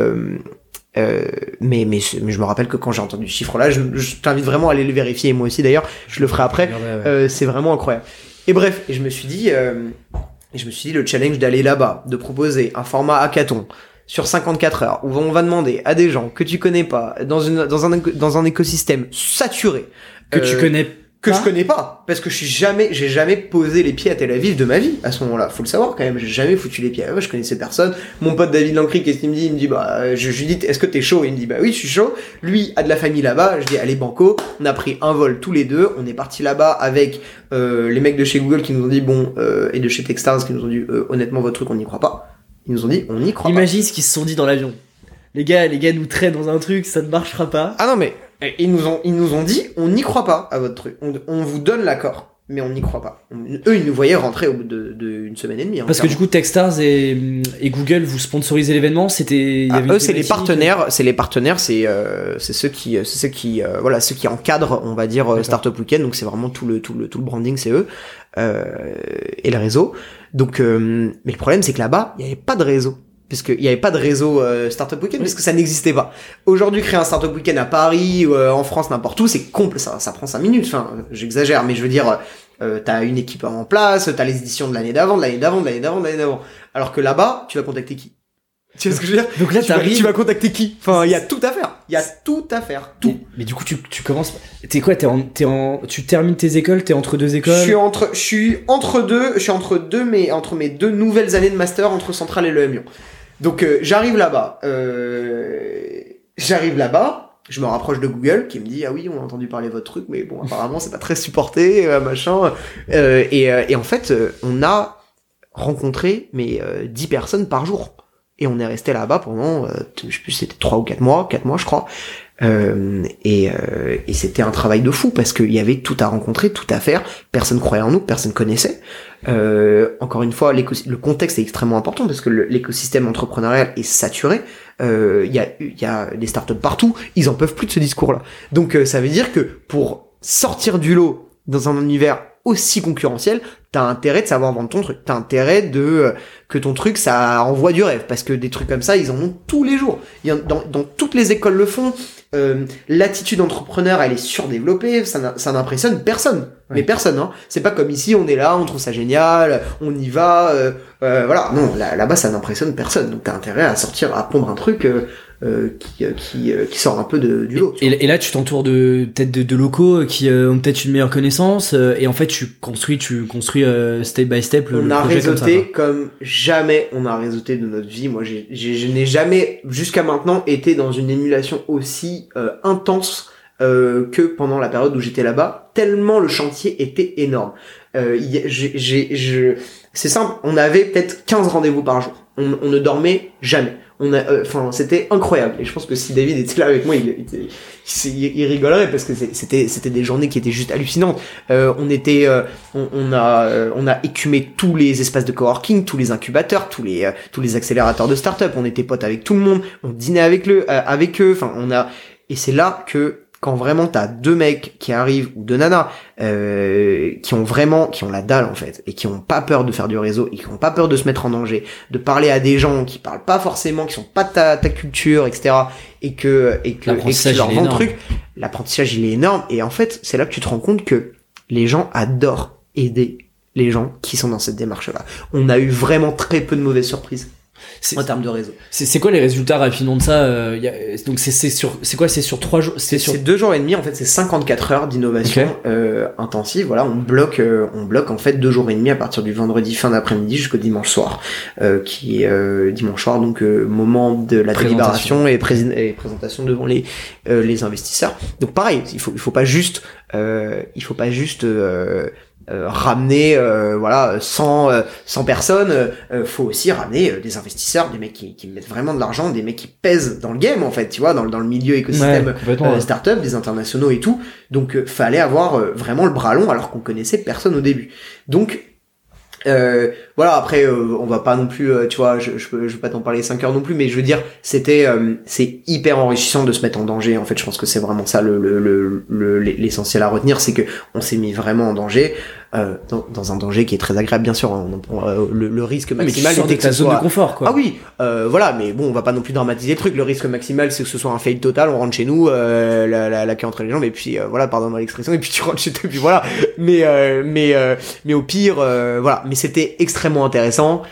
Mais je me rappelle que quand j'ai entendu ce chiffre-là, je t'invite vraiment à aller le vérifier, et moi aussi d'ailleurs, je le ferai après. Ouais. C'est vraiment incroyable. Et bref, je me suis dit, le challenge d'aller là-bas, de proposer un format hackathon sur 54 heures, où on va demander à des gens que tu connais pas, dans un écosystème saturé, tu connais que je connais pas, parce que j'ai jamais posé les pieds à Tel Aviv de ma vie, à ce moment-là. Faut le savoir, quand même. J'ai jamais foutu les pieds. Je connaissais personne. Mon pote David Lancry, qu'est-ce qu'il me dit? Il me dit, je lui dis, est-ce que t'es chaud? Il me dit, oui, je suis chaud. Lui a de la famille là-bas. Je dis, allez, banco. On a pris un vol tous les deux. On est parti là-bas avec, les mecs de chez Google qui nous ont dit, et de chez Techstars qui nous ont dit, honnêtement, votre truc, on n'y croit pas. Ils nous ont dit, on n'y croit pas. Imagine ce qu'ils se sont dit dans l'avion. Les gars nous traînent dans un truc, ça ne marchera pas. Ah non, mais, ils nous ont dit, on n'y croit pas à votre truc. On vous donne l'accord, mais on n'y croit pas. Eux, ils nous voyaient rentrer au bout d'une semaine et demie. Parce que du coup, Techstars et Google, vous sponsorisez l'événement, eux, c'est les partenaires. C'est ceux qui encadrent, on va dire, Startup Weekend. Donc c'est vraiment tout le branding, c'est eux, et le réseau. Donc, mais le problème, c'est que là-bas, il y avait pas de réseau. Parce qu'il n'y avait pas de réseau Startup Weekend, parce que ça n'existait pas. Aujourd'hui, créer un Startup Weekend à Paris, en France, n'importe où, c'est ça prend 5 minutes. Enfin, j'exagère, mais je veux dire, t'as une équipe en place, t'as les éditions de l'année d'avant. Alors que là-bas, tu vas contacter qui? Tu vois ce que je veux dire? Donc là, tu vas contacter qui? Enfin, il y a tout à faire. Tout. Mais du coup, tu commences, tu termines tes écoles, t'es entre deux écoles? Je suis entre mes deux nouvelles années de master entre Centrale et l'EM Lyon. Donc, j'arrive là-bas, je me rapproche de Google, qui me dit, ah oui, on a entendu parler de votre truc, mais bon, apparemment, c'est pas très supporté, machin. Et en fait, on a rencontré, 10 personnes par jour. Et on est resté là-bas pendant, je sais plus, c'était 3 ou 4 mois, je crois. Et c'était un travail de fou parce qu'il y avait tout à rencontrer, tout à faire. Personne croyait en nous, personne connaissait. Encore une fois, le contexte est extrêmement important parce que l'écosystème entrepreneurial est saturé. Il y a des startups partout. Ils en peuvent plus de ce discours-là. Donc, ça veut dire que pour sortir du lot dans un univers aussi concurrentiel, t'as intérêt de savoir vendre ton truc. T'as intérêt que ton truc, ça envoie du rêve. Parce que des trucs comme ça, ils en ont tous les jours. Dans toutes les écoles le font. L'attitude entrepreneur, elle est surdéveloppée. Ça n'impressionne personne. Ouais. Mais personne, hein. C'est pas comme ici, on est là, on trouve ça génial, on y va, voilà. Non, là-bas, ça n'impressionne personne. Donc t'as intérêt à à pondre un truc, qui sort un peu du lot. Et là, tu t'entoures peut-être de locaux qui ont peut-être une meilleure connaissance, et en fait, tu construis step by step le projet. On a réseauté comme jamais on a réseauté de notre vie. Moi, je n'ai jamais, jusqu'à maintenant, été dans une émulation aussi intense que pendant la période où j'étais là-bas, tellement le chantier était énorme. C'est simple, on avait peut-être 15 rendez-vous par jour. On ne dormait jamais. C'était incroyable. Et je pense que si David était là avec moi, il rigolerait parce que c'était des journées qui étaient juste hallucinantes. On a écumé tous les espaces de coworking, tous les incubateurs, tous les accélérateurs de start-up. On était potes avec tout le monde. On dînait avec eux. Enfin, et c'est là que quand vraiment t'as 2 mecs qui arrivent ou 2 nanas qui ont la dalle en fait et qui ont pas peur de faire du réseau et qui ont pas peur de se mettre en danger, de parler à des gens qui parlent pas forcément, qui sont pas de ta culture, etc. et que tu leur vends le truc, l'apprentissage il est énorme. Et en fait c'est là que tu te rends compte que les gens adorent aider les gens qui sont dans cette démarche-là. On a eu vraiment très peu de mauvaises surprises en termes de réseau. C'est quoi les résultats rapidement de ça donc c'est sur 3 jours, c'est 2 jours et demi en fait, c'est 54 heures d'innovation intensive. Voilà, on bloque en fait 2 jours et demi à partir du vendredi fin d'après-midi jusqu'au dimanche soir, qui est dimanche soir donc moment de la délibération et présentation devant les investisseurs. Donc pareil, il faut pas juste ramener 100 personnes, faut aussi ramener des investisseurs, des mecs qui mettent vraiment de l'argent, des mecs qui pèsent dans le game en fait, tu vois, dans le milieu écosystème startup, des internationaux et tout. Donc fallait avoir vraiment le bras long alors qu'on connaissait personne au début. Donc voilà, après on va pas non plus tu vois, je vais pas t'en parler 5 heures non plus, mais je veux dire c'est hyper enrichissant de se mettre en danger. En fait, je pense que c'est vraiment ça l'essentiel à retenir, c'est que on s'est mis vraiment en danger, dans un danger qui est très agréable bien sûr. Le risque maximal c'est ta zone de confort quoi. Ah oui, voilà, mais bon, on va pas non plus dramatiser le truc. Le risque maximal c'est que ce soit un fail total, on rentre chez nous, la queue entre les jambes et puis voilà, pardon l'expression, et puis tu rentres chez toi et puis voilà. Mais au pire voilà, mais c'était extrêmement intéressant.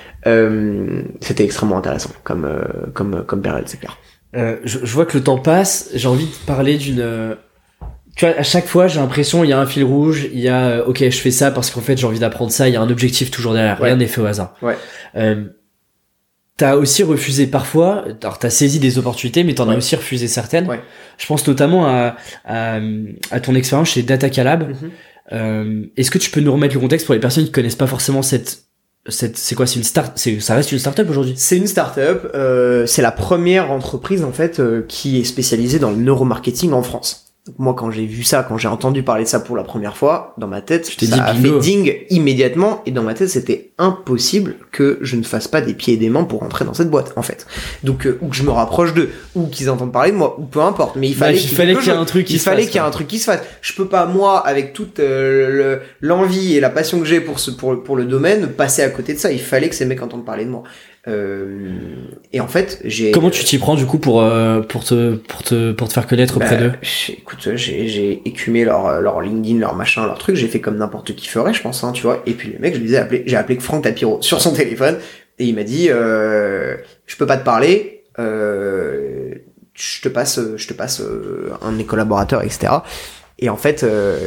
Comme période, c'est clair. Je vois que le temps passe, j'ai envie de parler d'une... Tu vois, à chaque fois, j'ai l'impression, il y a un fil rouge, il y a, ok, je fais ça parce qu'en fait, j'ai envie d'apprendre ça, il y a un objectif toujours derrière, rien n'est fait au hasard. Ouais. T'as aussi refusé parfois, alors t'as saisi des opportunités, mais t'en as aussi refusé certaines. Ouais. Je pense notamment à ton expérience chez Datacalab. Est-ce que tu peux nous remettre le contexte pour les personnes qui connaissent pas forcément c'est quoi, ça reste une start-up aujourd'hui? C'est une start-up, c'est la première entreprise en fait qui est spécialisée dans le neuromarketing en France. Donc moi quand j'ai vu ça, quand j'ai entendu parler de ça pour la première fois, dans ma tête, ça a fait ding immédiatement, et dans ma tête c'était impossible que je ne fasse pas des pieds et des mains pour rentrer dans cette boîte en fait. Donc ou que je me rapproche d'eux, ou qu'ils entendent parler de moi, ou peu importe, mais il fallait qu'il y ait un truc qui se fasse. Je peux pas moi avec toute l'envie et la passion que j'ai pour le domaine passer à côté de ça. Il fallait que ces mecs entendent parler de moi. Et en fait comment tu t'y prends du coup pour te faire connaître auprès d'eux? Écoute, j'ai écumé leur LinkedIn, leur machin, leur truc, j'ai fait comme n'importe qui ferait, je pense, hein, tu vois. Et puis les mecs, j'ai appelé Franck Tapiro sur son téléphone et il m'a dit je peux pas te parler, je te passe un de mes collaborateurs, etc. Et en fait,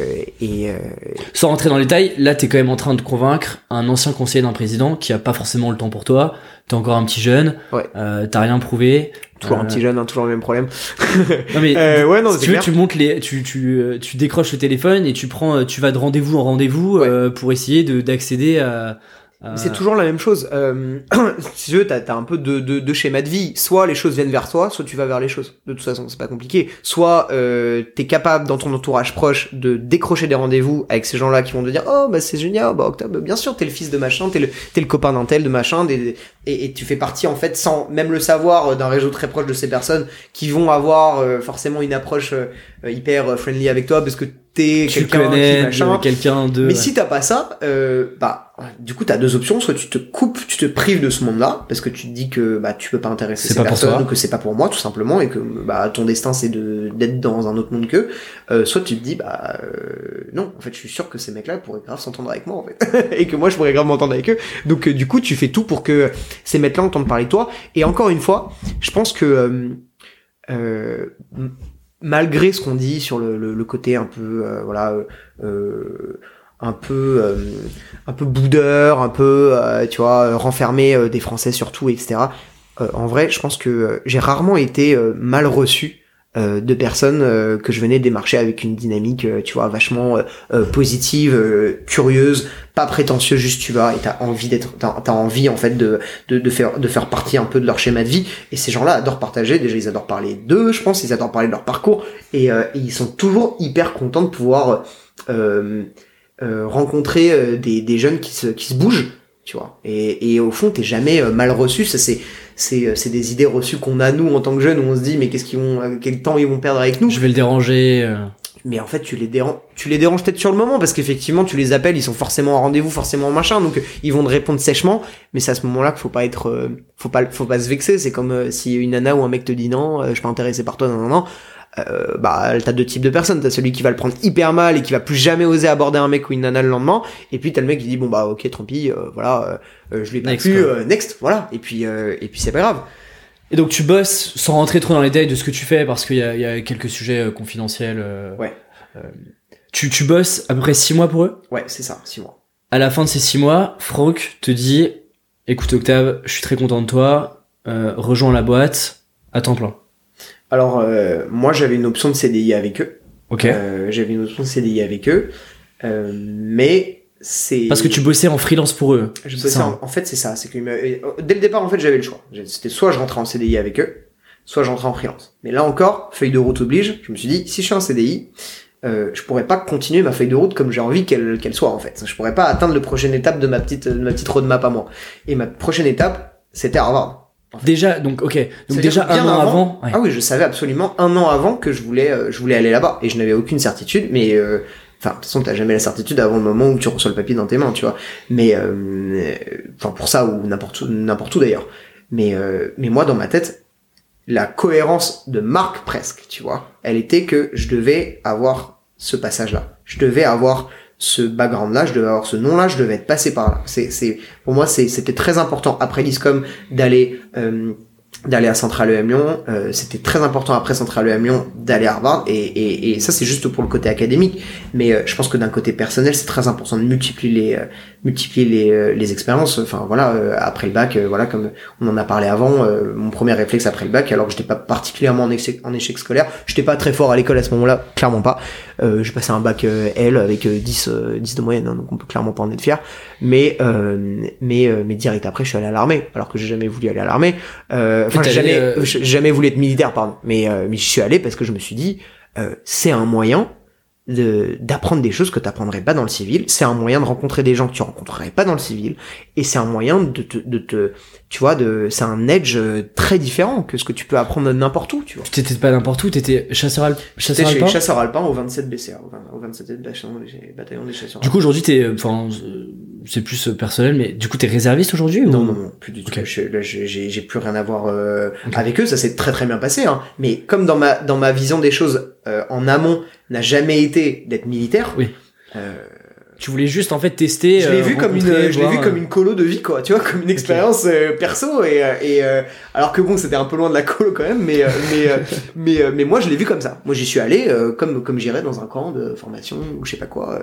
sans rentrer dans les détails, là t'es quand même en train de convaincre un ancien conseiller d'un président qui a pas forcément le temps pour toi. T'es encore un petit jeune, t'as rien prouvé. Toujours un petit jeune, hein, toujours le même problème. Non mais si tu veux, tu montes tu décroches le téléphone et tu vas de rendez-vous en rendez-vous pour essayer d'accéder à. C'est toujours la même chose. Si tu veux, t'as un peu de schéma de vie. Soit les choses viennent vers toi, soit tu vas vers les choses. De toute façon, c'est pas compliqué. Soit t'es capable dans ton entourage proche de décrocher des rendez-vous avec ces gens-là qui vont te dire oh bah c'est génial, bah Octave, bien sûr t'es le fils de machin, t'es le copain d'un tel de machin, et tu fais partie en fait sans même le savoir d'un réseau très proche de ces personnes qui vont avoir forcément une approche hyper friendly avec toi parce que t'es quelqu'un qui machin. Mais si t'as pas ça, du coup t'as 2 options, soit tu te prives de ce monde-là parce que tu te dis que tu peux pas intéresser ces personnes ou que c'est pas pour moi tout simplement et que ton destin c'est d'être dans un autre monde qu'eux, soit tu te dis non, en fait je suis sûr que ces mecs-là pourraient grave s'entendre avec moi en fait et que moi je pourrais grave m'entendre avec eux. Donc du coup tu fais tout pour que ces mecs-là entendent parler de toi. Et encore une fois, je pense que malgré ce qu'on dit sur le côté un peu un peu boudeur, un peu tu vois, renfermé des Français surtout, etc. En vrai, je pense que j'ai rarement été mal reçu de personnes que je venais démarcher avec une dynamique tu vois vachement positive, curieuse, pas prétentieuse, juste tu vas et t'as envie en fait de faire partie un peu de leur schéma de vie. Et ces gens-là adorent partager, déjà ils adorent parler d'eux, je pense, ils adorent parler de leur parcours, et ils sont toujours hyper contents de pouvoir rencontrer des jeunes qui se bougent tu vois. Et au fond, t'es jamais mal reçu. Ça, c'est des idées reçues qu'on a nous en tant que jeunes, où on se dit mais quel temps ils vont perdre avec nous. Je vais le déranger. Mais en fait, tu les déranges peut-être sur le moment, parce qu'effectivement, tu les appelles, ils sont forcément en rendez-vous, forcément machin, donc ils vont te répondre sèchement. Mais c'est à ce moment-là qu'il faut pas être, faut pas se vexer. C'est comme si une nana ou un mec te dit non, je suis pas intéressé par toi, non. T'as deux types de personnes. T'as celui qui va le prendre hyper mal et qui va plus jamais oser aborder un mec ou une nana le lendemain. Et puis t'as le mec qui dit bon bah ok, tant pis, je l'ai pas plu, next, voilà. Et puis c'est pas grave. Et donc tu bosses sans rentrer trop dans les détails de ce que tu fais, parce qu'il y a quelques sujets confidentiels. Ouais. Tu bosses à peu près 6 mois pour eux. Ouais, c'est ça, 6 mois. À la fin de ces 6 mois, Franck te dit écoute Octave, je suis très content de toi, rejoins la boîte à temps plein. Alors moi j'avais une option de CDI avec eux. Ok. Mais c'est parce que tu bossais en freelance pour eux. Je bossais en fait c'est ça, c'est que dès le départ en fait j'avais le choix. C'était soit je rentrais en CDI avec eux, soit je rentrais en freelance. Mais là encore, feuille de route oblige, je me suis dit si je suis en CDI, je pourrais pas continuer ma feuille de route comme j'ai envie qu'elle soit en fait. Je pourrais pas atteindre la prochaine étape de ma petite roadmap à moi. Et ma prochaine étape, c'était Harvard. En fait. Déjà, donc ok, donc déjà un an avant. Ouais. Ah oui, je savais absolument un an avant que je voulais aller là-bas, et je n'avais aucune certitude, mais enfin de toute façon t'as jamais la certitude avant le moment où tu reçois le papier dans tes mains, tu vois. Mais enfin pour ça ou n'importe où d'ailleurs. Mais moi dans ma tête, la cohérence de marque presque, tu vois, elle était que je devais avoir ce passage-là, je devais avoir ce background-là, je devais avoir ce nom-là, je devais être passé par là. Pour moi, c'était très important après l'ISCOM d'aller à Centrale EM Lyon. C'était très important après Centrale EM Lyon d'aller à Harvard. Et ça, c'est juste pour le côté académique. Mais je pense que d'un côté personnel, c'est très important de multiplier les expériences. Enfin voilà, après le bac, voilà, comme on en a parlé avant, mon premier réflexe après le bac, alors que j'étais pas particulièrement en échec scolaire, j'étais pas très fort à l'école à ce moment-là, clairement pas. J'ai passé un bac L avec 10 de moyenne, hein, donc on peut clairement pas en être fier. Mais direct après, je suis allé à l'armée, alors que j'ai jamais voulu aller à l'armée. Enfin, j'ai jamais voulu être militaire, pardon. Mais j'y suis allé parce que je me suis dit, c'est un moyen d'apprendre des choses que t'apprendrais pas dans le civil, c'est un moyen de rencontrer des gens que tu rencontrerais pas dans le civil, et c'est un moyen c'est un edge très différent que ce que tu peux apprendre n'importe où, tu vois. Tu t'étais pas n'importe où, t'étais chasseur alpin. Chasseur alpin au 27 BCA, au 27 bataillon des chasseurs. Du coup aujourd'hui c'est plus personnel, mais du coup t'es réserviste aujourd'hui ou... Non, plus du tout. Okay. J'ai plus rien à voir avec eux, ça s'est très très bien passé, hein. Mais comme dans ma vision des choses en amont n'a jamais été d'être militaire. Oui. Tu voulais juste en fait tester. Je l'ai vu comme une colo de vie, quoi. Tu vois, comme une expérience perso, et alors que bon, c'était un peu loin de la colo quand même, mais moi je l'ai vu comme ça. Moi j'y suis allé comme j'irais dans un camp de formation ou je sais pas quoi.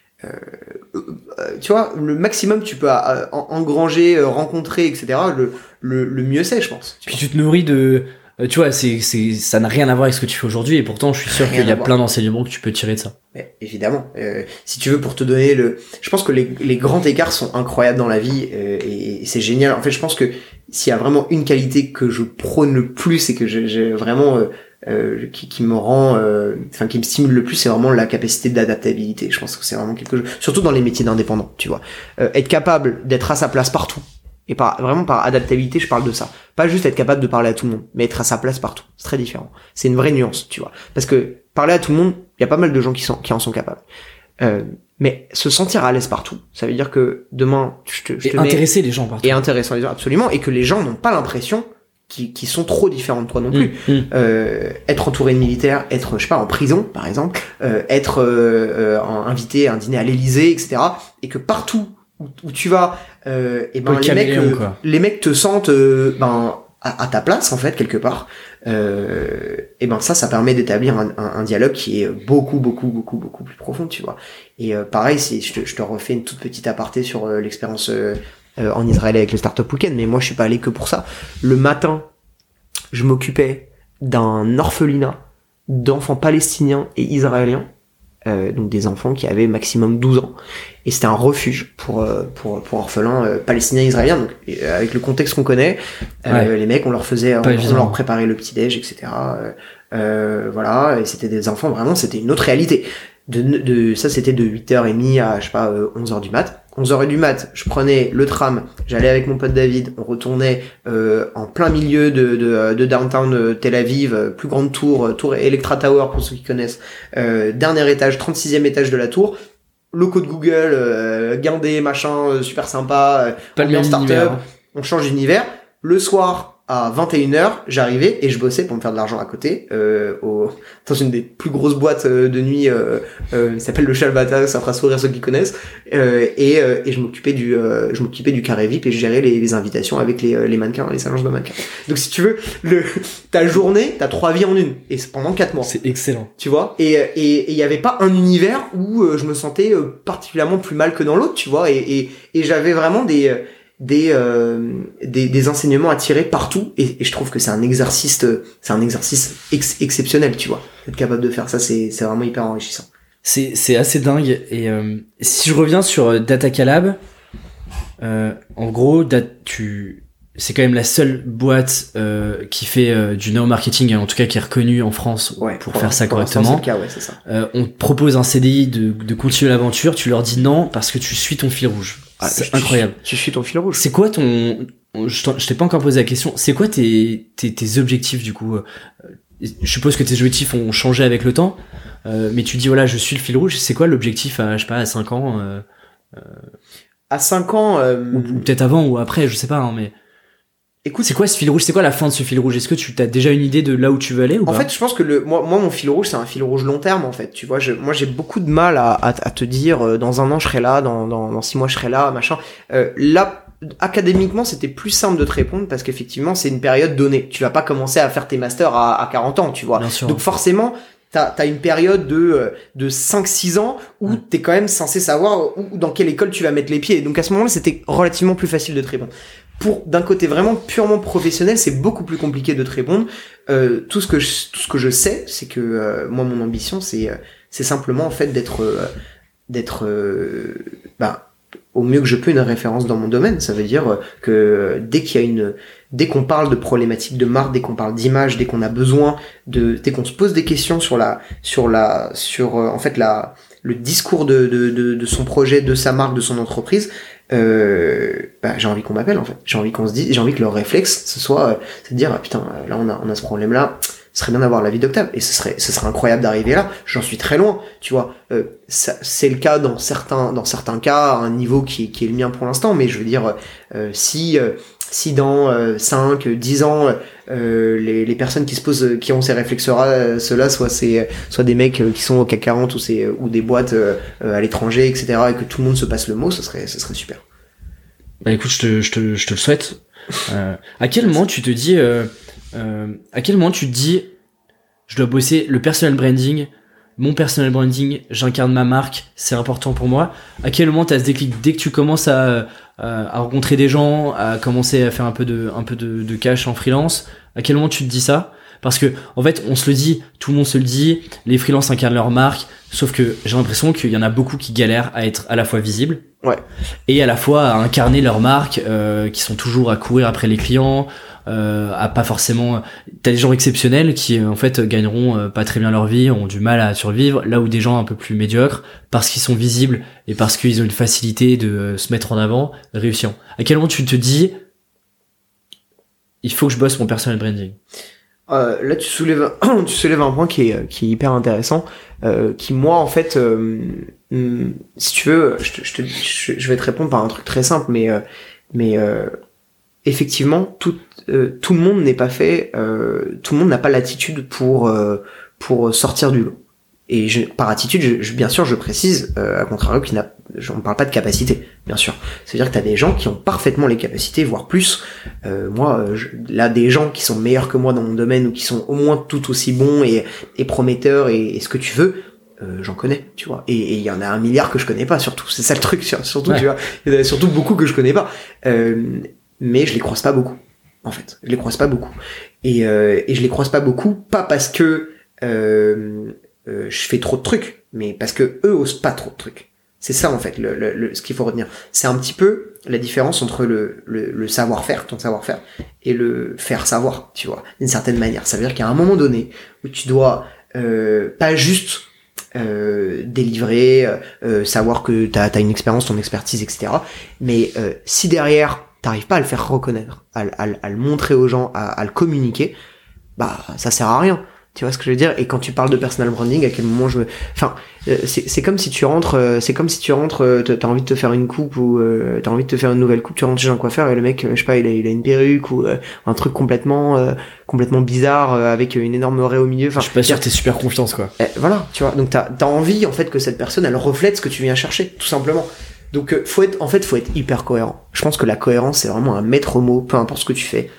Tu vois, le maximum tu peux engranger, rencontrer, etc. Le mieux c'est, je pense. Puis tu te nourris de, tu vois, ça n'a rien à voir avec ce que tu fais aujourd'hui, et pourtant je suis sûr qu'il y a plein d'enseignements que tu peux tirer de ça. Mais évidemment, si tu veux, pour te donner je pense que les grands écarts sont incroyables dans la vie, et c'est génial. En fait, je pense que s'il y a vraiment une qualité que je prône le plus et que j'ai vraiment qui me rend, qui me stimule le plus, c'est vraiment la capacité d'adaptabilité. Je pense que c'est vraiment quelque chose, surtout dans les métiers d'indépendant, tu vois, être capable d'être à sa place partout. Et vraiment par adaptabilité, je parle de ça. Pas juste être capable de parler à tout le monde, mais être à sa place partout. C'est très différent. C'est une vraie nuance, tu vois. Parce que parler à tout le monde, il y a pas mal de gens qui en sont capables. Mais se sentir à l'aise partout, ça veut dire que demain, intéresser les gens partout. Et intéressant les gens, absolument. Et que les gens n'ont pas l'impression qui sont trop différents de toi non plus. Être entouré de militaires, être, je sais pas, en prison, par exemple, être invité à un dîner à l'Élysée, etc. Et que partout où tu vas, les mecs te sentent à ta place en fait quelque part. Ça permet d'établir un dialogue qui est beaucoup plus profond, tu vois. Et pareil, je te refais une toute petite aparté sur l'expérience en Israël avec le Startup Weekend, mais moi je suis pas allé que pour ça. Le matin, je m'occupais d'un orphelinat d'enfants palestiniens et israéliens, donc des enfants qui avaient maximum 12 ans, et c'était un refuge pour orphelins palestiniens et israéliens. Donc avec le contexte qu'on connaît, les mecs on leur préparait le petit déj, etc. Voilà, et c'était des enfants, vraiment c'était une autre réalité. Ça c'était de 8h30 à 11h du mat, 11h du mat, je prenais le tram, j'allais avec mon pote David, on retournait en plein milieu de downtown Tel Aviv, plus grande tour Electra Tower pour ceux qui connaissent, dernier étage, 36e étage de la tour, locaux de Google, guindé, machin, super sympa, ambiance startup, on change d'univers. Le soir, à 21h, j'arrivais et je bossais pour me faire de l'argent à côté dans une des plus grosses boîtes de nuit qui s'appelle le Shalbata, ça fera sourire ceux qui connaissent, et je m'occupais du carré VIP et je gérais les invitations avec les mannequins, les salons de mannequins. Donc si tu veux, ta journée, t'as 3 vies en une, et c'est pendant 4 mois. C'est excellent. Tu vois, et il y avait pas un univers où je me sentais particulièrement plus mal que dans l'autre, tu vois, et j'avais vraiment des enseignements à tirer partout, et je trouve que c'est un exercice exceptionnel, tu vois. Être capable de faire ça, c'est vraiment hyper enrichissant. C'est assez dingue. Et si je reviens sur Dataka Lab, en gros, c'est quand même la seule boîte qui fait du neo-marketing, en tout cas qui est reconnue en France pour faire ça correctement. C'est le cas, c'est ça. On te propose un CDI de continuer l'aventure, tu leur dis non parce que tu suis ton fil rouge. C'est incroyable. Tu suis ton fil rouge. C'est quoi je t'ai pas encore posé la question, c'est quoi tes objectifs du coup? Je suppose que tes objectifs ont changé avec le temps, mais tu dis voilà, je suis le fil rouge, c'est quoi l'objectif à, je sais pas, à 5 ans À 5 ans ou peut-être avant ou après, je sais pas, hein, mais écoute, c'est quoi ce fil rouge? C'est quoi la fin de ce fil rouge? Est-ce que tu as déjà une idée de là où tu veux aller ou pas? En fait, je pense que moi mon fil rouge, c'est un fil rouge long terme, en fait. Tu vois, moi j'ai beaucoup de mal à te dire dans 1 an je serai là, dans 6 mois je serai là, machin. Là, académiquement, c'était plus simple de te répondre parce qu'effectivement, c'est une période donnée. Tu vas pas commencer à faire tes masters à 40 ans, tu vois. Donc forcément, t'as une période de 5-6 ans où t'es quand même censé savoir dans quelle école tu vas mettre les pieds. Donc à ce moment-là, c'était relativement plus facile de te répondre. D'un côté vraiment purement professionnel, c'est beaucoup plus compliqué de te répondre. Tout ce que je sais, c'est que moi, mon ambition, c'est simplement en fait d'être au mieux que je peux une référence dans mon domaine. Ça veut dire que dès qu'on parle de problématiques de marque, dès qu'on parle d'image, dès qu'on a besoin dès qu'on se pose des questions sur en fait le discours de son projet, de sa marque, de son entreprise, j'ai envie qu'on m'appelle, en fait. J'ai envie que leur réflexe ce soit c'est de dire putain, là on a ce problème là, ce serait bien d'avoir l'avis d'Octave, et ce serait incroyable d'arriver là. J'en suis très loin, tu vois. C'est le cas dans certains cas, à un niveau qui est le mien pour l'instant, mais je veux dire, si dans 5-10 ans les personnes qui ont ces réflexes-là, ceux-là, soit des mecs qui sont au CAC 40 ou des boîtes à l'étranger, etc., et que tout le monde se passe le mot, ce serait super. Bah écoute, je te le souhaite. À quel moment tu te dis je dois bosser le personal branding, mon personal branding, j'incarne ma marque, c'est important pour moi? À quel moment t'as ce déclic? Dès que tu commences à rencontrer des gens, à commencer à faire un peu de cash en freelance, à quel moment tu te dis ça? Parce que en fait, on se le dit, tout le monde se le dit, les freelances incarnent leur marque, sauf que j'ai l'impression qu'il y en a beaucoup qui galèrent à être à la fois visibles, et à la fois à incarner leur marque, qui sont toujours à courir après les clients, à pas forcément. T'as des gens exceptionnels qui en fait gagneront pas très bien leur vie, ont du mal à survivre, là où des gens un peu plus médiocres, parce qu'ils sont visibles et parce qu'ils ont une facilité de se mettre en avant, réussiront. À quel moment tu te dis il faut que je bosse mon personal branding? Là tu soulèves un point qui est hyper intéressant, qui moi en fait si tu veux je vais te répondre par un truc très simple, mais effectivement tout le monde n'est pas fait, tout le monde n'a pas l'attitude pour sortir du lot. Et par attitude, bien sûr, je précise, à contrario, on ne parle pas de capacité, bien sûr. C'est-à-dire que t'as des gens qui ont parfaitement les capacités, voire plus. Là, des gens qui sont meilleurs que moi dans mon domaine, ou qui sont au moins tout aussi bons et prometteurs et ce que tu veux, j'en connais, tu vois. Et il y en a 1 milliard que je connais pas, surtout. C'est ça le truc, surtout, tu vois. Il y en a surtout beaucoup que je connais pas. Mais je les croise pas beaucoup, en fait. Je les croise pas beaucoup. Et je les croise pas beaucoup, pas parce que je fais trop de trucs, mais parce que eux osent pas trop de trucs. C'est ça en fait ce qu'il faut retenir. C'est un petit peu la différence entre le savoir-faire, ton savoir-faire, et le faire savoir, tu vois, d'une certaine manière. Ça veut dire qu'à un moment donné où tu dois pas juste délivrer, savoir que t'as une expérience, ton expertise, etc. Mais si derrière t'arrives pas à le faire reconnaître, à le montrer aux gens, à le communiquer, bah ça sert à rien. Tu vois ce que je veux dire? Et quand tu parles de personal branding, à quel moment c'est comme si tu rentres, t'as envie de te faire une coupe ou t'as envie de te faire une nouvelle coupe, tu rentres chez un coiffeur et le mec, je sais pas, il a une perruque ou un truc complètement bizarre avec une énorme oreille au milieu. Je suis pas sûr que t'aies super confiance, quoi. Voilà, tu vois. Donc t'as envie en fait que cette personne elle reflète ce que tu viens chercher, tout simplement. Donc faut être hyper cohérent. Je pense que la cohérence c'est vraiment un maître mot, peu importe ce que tu fais.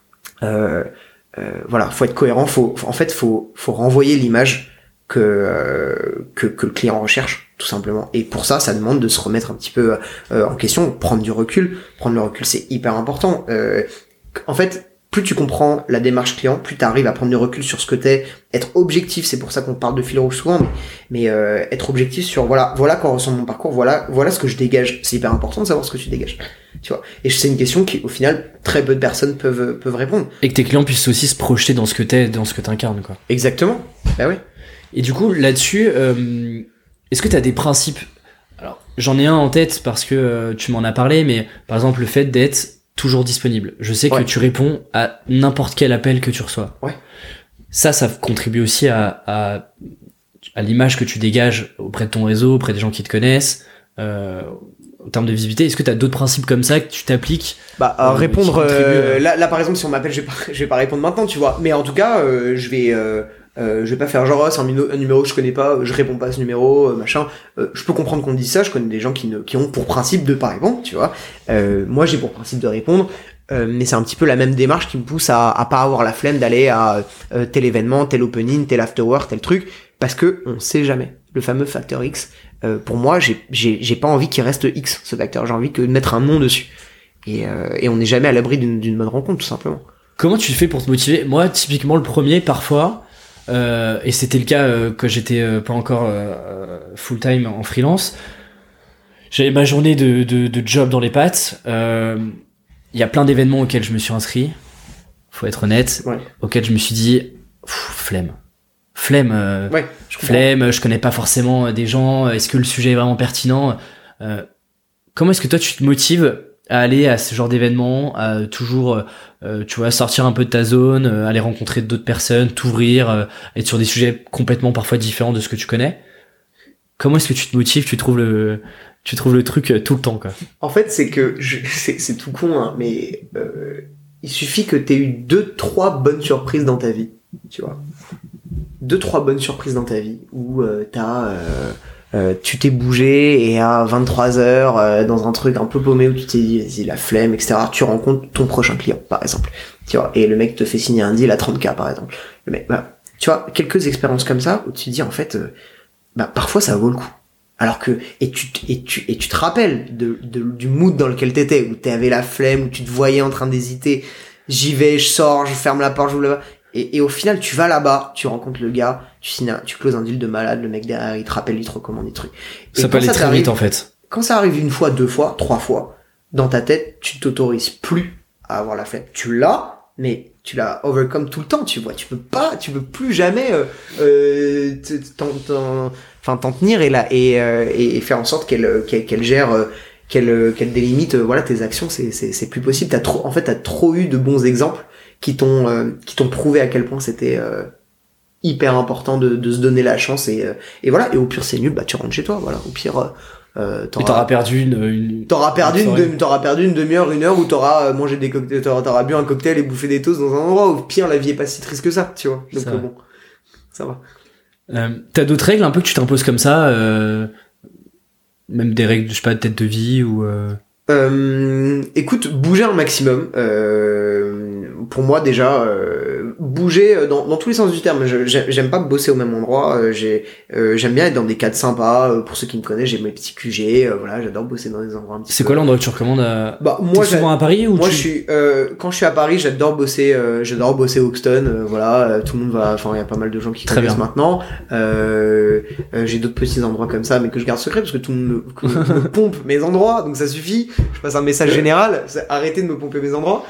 Voilà, faut être cohérent, faut renvoyer l'image que le client recherche, tout simplement. Et pour ça demande de se remettre un petit peu en question, prendre du recul. Prendre le recul, c'est hyper important. En fait, plus tu comprends la démarche client, plus tu arrives à prendre du recul sur ce que t'es, être objectif, c'est pour ça qu'on parle de fil rouge souvent, mais être objectif sur voilà quoi ressemble mon parcours, voilà ce que je dégage. C'est hyper important de savoir ce que tu dégages. Tu vois. Et c'est une question qui, au final, très peu de personnes peuvent répondre. Et que tes clients puissent aussi se projeter dans ce que t'es, dans ce que t'incarnes, quoi. Exactement. Bah oui. Et du coup, là-dessus, est-ce que t'as des principes? Alors, j'en ai un en tête parce que tu m'en as parlé, mais par exemple, le fait d'être toujours disponible. Je sais que tu réponds à n'importe quel appel que tu reçois. Ouais. Ça contribue aussi à l'image que tu dégages auprès de ton réseau, auprès des gens qui te connaissent. En termes de visibilité, est-ce que tu as d'autres principes comme ça que tu t'appliques? Répondre là par exemple, si on m'appelle, je vais pas répondre maintenant, tu vois, mais en tout cas je vais pas faire genre c'est un numéro que je connais pas, je réponds pas à ce numéro, machin. Je peux comprendre qu'on dise ça, je connais des gens qui ont pour principe de pas répondre, tu vois. Moi j'ai pour principe de répondre, mais c'est un petit peu la même démarche qui me pousse à pas avoir la flemme d'aller à tel événement, tel opening, tel afterwork, tel truc, parce que on sait jamais. Le fameux facteur X. Pour moi, j'ai pas envie qu'il reste X, ce facteur. J'ai envie de mettre un nom dessus. Et on n'est jamais à l'abri d'une bonne rencontre, tout simplement. Comment tu fais pour te motiver? Moi, typiquement, le premier, parfois, et c'était le cas quand j'étais pas encore full-time en freelance, j'avais ma journée de job dans les pattes. Il y a plein d'événements auxquels je me suis inscrit, faut être honnête, auxquels je me suis dit, flemme, je connais pas forcément des gens, est-ce que le sujet est vraiment pertinent? Comment est-ce que toi tu te motives à aller à ce genre d'événement, à toujours tu vois, sortir un peu de ta zone, aller rencontrer d'autres personnes, t'ouvrir, être sur des sujets complètement parfois différents de ce que tu connais? Comment est-ce que tu te motives, tu trouves le truc tout le temps, quoi? En fait, c'est que c'est tout con, hein, mais il suffit que t'aies eu 2-3 bonnes surprises dans ta vie, tu vois. 2-3 bonnes surprises dans ta vie où tu t'es bougé et à 23h dans un truc un peu paumé où tu t'es dit vas-y la flemme, etc. Tu rencontres ton prochain client par exemple, tu vois, et le mec te fait signer un deal à 30K par exemple. Le mec, tu vois, quelques expériences comme ça où tu te dis en fait parfois ça vaut le coup. Alors que et tu te rappelles du mood dans lequel t'étais, où t'avais la flemme, où tu te voyais en train d'hésiter, j'y vais, je sors, je ferme la porte, je ouvre là-bas. Et au final, tu vas là-bas, tu rencontres le gars, tu closes un deal de malade, le mec derrière, il te rappelle, il te recommande des trucs. Et ça peut aller très vite, en fait. Quand ça arrive une fois, 2 fois, 3 fois, dans ta tête, tu t'autorises plus à avoir la flemme. Tu l'as, mais tu l'as overcome tout le temps, tu vois. Tu peux plus jamais, t'en tenir et faire en sorte qu'elle gère, qu'elle délimite, voilà, tes actions, c'est plus possible. T'as trop eu de bons exemples qui t'ont prouvé à quel point c'était hyper important de se donner la chance et voilà. Et au pire c'est nul, tu rentres chez toi, voilà. Au pire t'auras perdu une demi-heure, 1 heure où t'auras mangé des cocktails, t'auras bu un cocktail et bouffé des toasts dans un endroit. Au pire la vie est pas si triste que ça, tu vois. Donc bon, ça va. T'as d'autres règles un peu que tu t'imposes comme ça, même des règles, je sais pas, de tête de vie ou écoute, bouger un maximum. Pour moi déjà, bouger dans tous les sens du terme. J'aime pas bosser au même endroit. J'aime bien être dans des cadres sympas. Pour ceux qui me connaissent, j'ai mes petits QG. Voilà, j'adore bosser dans des endroits un petit peu. C'est quoi l'endroit que tu recommandes moi, souvent à Paris ou moi, quand je suis à Paris, j'adore bosser Hoxton. Voilà, tout le monde va. Enfin, il y a pas mal de gens qui connaissent maintenant. J'ai d'autres petits endroits comme ça, mais que je garde secret parce que tout le monde me pompe mes endroits, donc ça suffit. je passe un message général, arrêtez de me pomper mes endroits.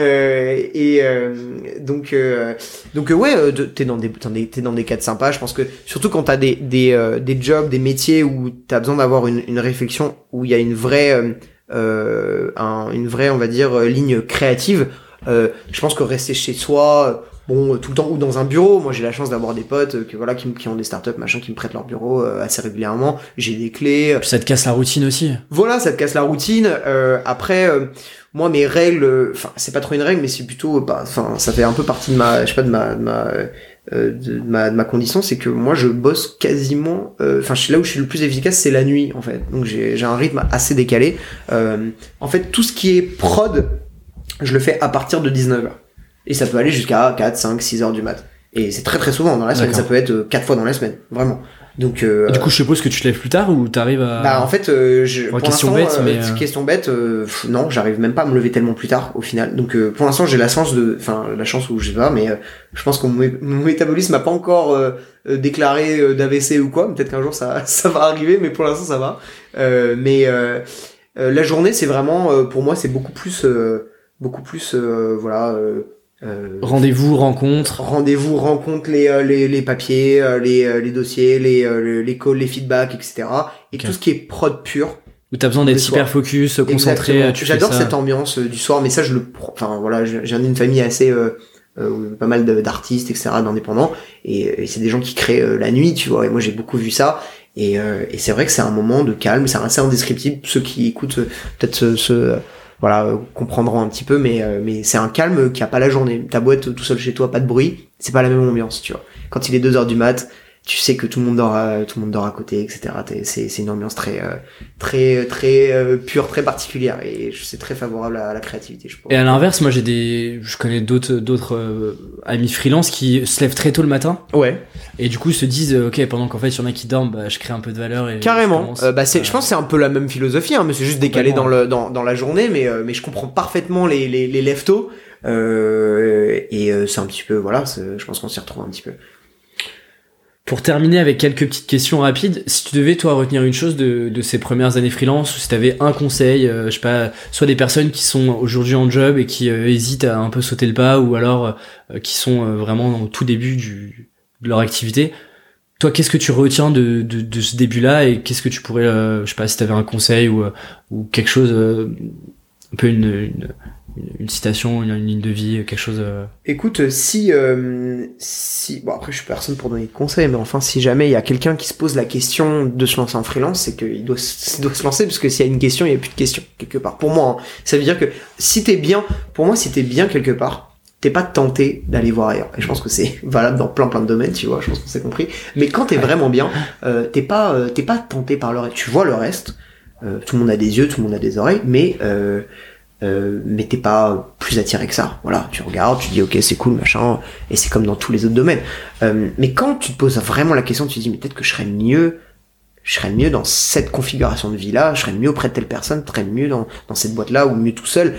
Donc ouais, t'es dans des cadres sympas. Je pense que surtout quand t'as des jobs, des métiers où t'as besoin d'avoir une réflexion, où il y a une vraie on va dire ligne créative. Je pense que rester chez soi, tout le temps, ou dans un bureau. Moi, j'ai la chance d'avoir des potes qui ont des startups, machin, qui me prêtent leur bureau assez régulièrement. J'ai des clés. Puis ça te casse la routine aussi. Voilà, ça te casse la routine. Après, moi, mes règles, c'est pas trop une règle, mais c'est plutôt, ça fait un peu partie de ma condition, c'est que moi, je bosse quasiment. Là où je suis le plus efficace, c'est la nuit, en fait. Donc j'ai un rythme assez décalé. En fait, tout ce qui est prod, je le fais à partir de 19h. Et ça peut aller jusqu'à 4, 5, 6 heures du mat. Et c'est très très souvent dans la semaine. D'accord. Ça peut être 4 fois dans la semaine. Vraiment. Donc, du coup, je suppose que tu te lèves plus tard ou t'arrives à... en fait, pour question l'instant, bête, question bête, non, j'arrive même pas à me lever tellement plus tard, au final. Donc, pour l'instant, j'ai la chance où je sais pas, mais je pense que mon métabolisme m'a pas encore déclaré d'AVC ou quoi. Peut-être qu'un jour ça va arriver, mais pour l'instant, ça va. La journée, c'est vraiment, pour moi, c'est beaucoup plus, rendez-vous, rencontre, les papiers, les dossiers, les calls, les feedbacks, etc. Et tout ce qui est prod pur. Où t'as besoin d'être hyper focus, concentré. J'adore cette ambiance du soir, mais ça, je viens d'une famille assez, pas mal d'artistes, etc., d'indépendants. Et c'est des gens qui créent la nuit, tu vois. Et moi, j'ai beaucoup vu ça. Et c'est vrai que c'est un moment de calme, c'est assez indescriptible. Ceux qui écoutent, peut-être comprendront un petit peu, mais c'est un calme qui a pas la journée. T'as beau être tout seul chez toi, pas de bruit, c'est pas la même ambiance, tu vois. Quand il est 2h du mat, tu sais que tout le monde dort à côté, etc. C'est une ambiance très pure, très particulière, et c'est très favorable à la créativité, je pense. Et à l'inverse, moi je connais d'autres amis freelance qui se lèvent très tôt le matin. Ouais. Et du coup se disent ok, pendant qu'en fait il y en a qui dorment, je crée un peu de valeur et carrément. Je pense que c'est un peu la même philosophie, hein, mais c'est juste décalé dans la journée, mais je comprends parfaitement les lève-tôt, c'est un petit peu, je pense qu'on s'y retrouve un petit peu. Pour terminer avec quelques petites questions rapides, si tu devais toi retenir une chose de ces premières années freelance, ou si t'avais un conseil, je sais pas, soit des personnes qui sont aujourd'hui en job et qui hésitent à un peu sauter le pas, ou alors qui sont vraiment au tout début de leur activité, toi qu'est-ce que tu retiens de ce début-là, et qu'est-ce que tu pourrais, je sais pas si t'avais un conseil ou quelque chose, un peu une citation, une ligne de vie, quelque chose. Écoute, si après je suis personne pour donner de conseils, mais enfin si jamais il y a quelqu'un qui se pose la question de se lancer en freelance, c'est qu'il doit se lancer, parce que s'il y a une question, il y a plus de question quelque part. Pour moi, hein, ça veut dire que si t'es bien quelque part, t'es pas tenté d'aller voir ailleurs. Et je pense que c'est valable dans plein de domaines, tu vois. Je pense qu'on s'est compris. Mais quand t'es vraiment bien, t'es pas tenté par le reste. Tu vois le reste. Tout le monde a des yeux, tout le monde a des oreilles, mais t'es pas plus attiré que ça. Voilà, tu regardes, tu dis ok, c'est cool, machin, et c'est comme dans tous les autres domaines. Mais quand tu te poses vraiment la question, tu te dis mais peut-être que je serais mieux dans cette configuration de vie là, je serais mieux auprès de telle personne, je serais mieux dans cette boîte là, ou mieux tout seul.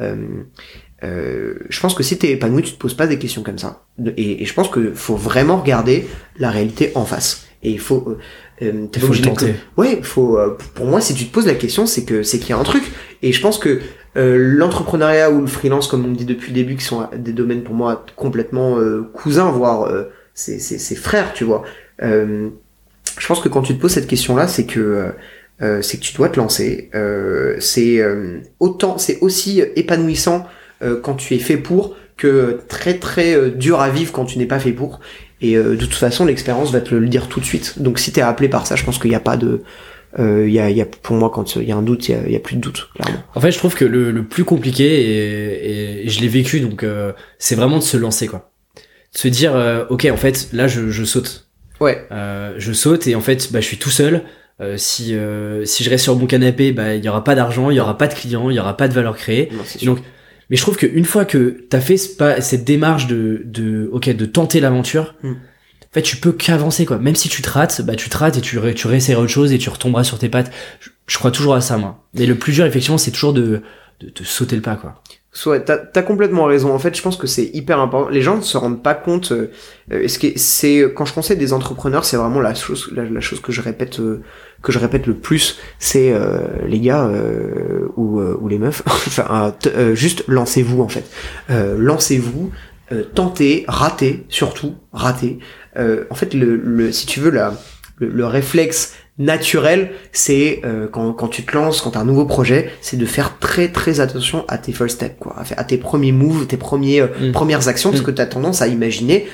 Je pense que si t'es épanoui, tu te poses pas des questions comme ça. Et je pense que faut vraiment regarder la réalité en face. Et il faut faut le tenter. Pour moi, si tu te poses la question, c'est qu'il y a un truc. Et je pense que l'entrepreneuriat ou le freelance, comme on me dit depuis le début, qui sont des domaines pour moi complètement cousins, voire c'est frères, tu vois. Je pense que quand tu te poses cette question-là, c'est que tu dois te lancer. C'est aussi épanouissant quand tu es fait pour, que très très dur à vivre quand tu n'es pas fait pour. Et de toute façon, l'expérience va te le dire tout de suite. Donc si t'es appelé par ça, je pense qu'il n'y a pas de... pour moi, quand il y a un doute, il y a plus de doute, clairement. En fait, je trouve que le plus compliqué, et je l'ai vécu, donc c'est vraiment de se lancer, quoi. De se dire, ok, en fait, là, je saute. Ouais. Je saute, et en fait, je suis tout seul. Si je reste sur mon canapé, il y aura pas d'argent, il y aura pas de clients, il y aura pas de valeur créée. Non, donc, mais je trouve qu'une fois que t'as fait cette démarche de tenter l'aventure, en fait, tu peux qu'avancer, quoi. Même si tu te rates, et tu réessayeras autre chose et tu retomberas sur tes pattes. Je crois toujours à ça, moi. Mais le plus dur, effectivement, c'est toujours de sauter le pas, quoi. Ouais, t'as complètement raison. En fait, je pense que c'est hyper important. Les gens ne se rendent pas compte. Quand je conseille des entrepreneurs, c'est vraiment la chose que je répète que je répète le plus, c'est les gars ou les meufs, enfin juste lancez-vous en fait. Lancez-vous, tentez, ratez, surtout ratez. En fait, si tu veux le réflexe naturel, c'est quand tu te lances, quand t'as un nouveau projet, c'est de faire très très attention à tes first steps, quoi, à tes premiers moves, tes premières actions, parce que t'as tendance à imaginer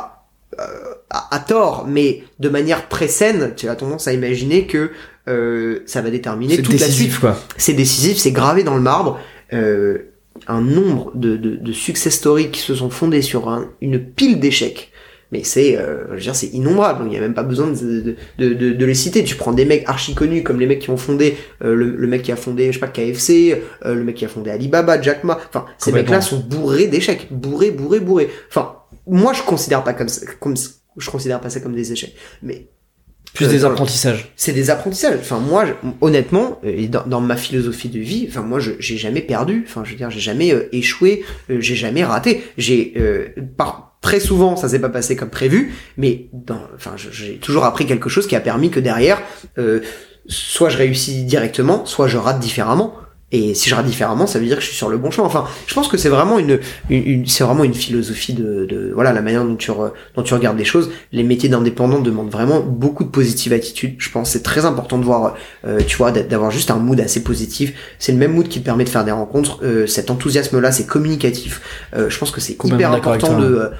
à tort, mais de manière très saine, tu as tendance à imaginer que ça va déterminer toute la suite. Quoi. C'est décisif, c'est gravé dans le marbre. Un nombre de success stories qui se sont fondées sur une pile d'échecs. Mais c'est innombrable. Il n'y a même pas besoin de les citer. Tu prends des mecs archi connus comme les mecs qui ont fondé le mec qui a fondé, je sais pas, KFC, le mec qui a fondé Alibaba, Jack Ma. Enfin, ces mecs-là sont bourrés d'échecs, bourrés. Enfin, moi je considère pas je considère pas ça comme des échecs. Mais plus des apprentissages. C'est des apprentissages. Enfin, moi, honnêtement, et dans ma philosophie de vie, enfin, moi, j'ai jamais perdu. Enfin, je veux dire, j'ai jamais échoué, j'ai jamais raté. Très souvent, ça s'est pas passé comme prévu, mais j'ai toujours appris quelque chose qui a permis que derrière, soit je réussis directement, soit je rate différemment. Et si je rate différemment, ça veut dire que je suis sur le bon chemin. Enfin, je pense que c'est vraiment c'est vraiment une philosophie voilà, la manière dont tu regardes les choses. Les métiers d'indépendants demandent vraiment beaucoup de positive attitude. Je pense que c'est très important de voir, tu vois, d'avoir juste un mood assez positif. C'est le même mood qui te permet de faire des rencontres. Cet enthousiasme-là, c'est communicatif. Je pense que c'est hyper important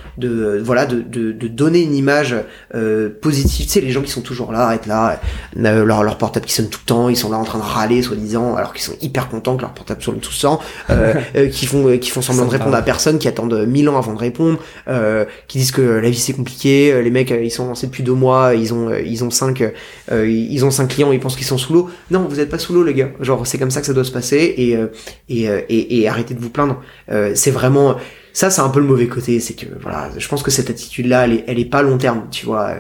de donner une image positive. Tu sais, les gens qui sont toujours là, arrêtent là, leur portable qui sonne tout le temps, ils sont là en train de râler, soi-disant, alors qu'ils sont hyper contents que leur portable sonne tout le temps, qui font semblant de répondre à personne, qui attendent 1000 ans avant de répondre, qui disent que la vie c'est compliqué, les mecs ils sont lancés depuis 2 mois, ils ont 5 clients, ils pensent qu'ils sont sous l'eau. Non, vous êtes pas sous l'eau les gars. Genre c'est comme ça que ça doit se passer et arrêtez de vous plaindre. C'est vraiment ça, c'est un peu le mauvais côté, c'est que voilà, je pense que cette attitude là elle est pas long terme, tu vois.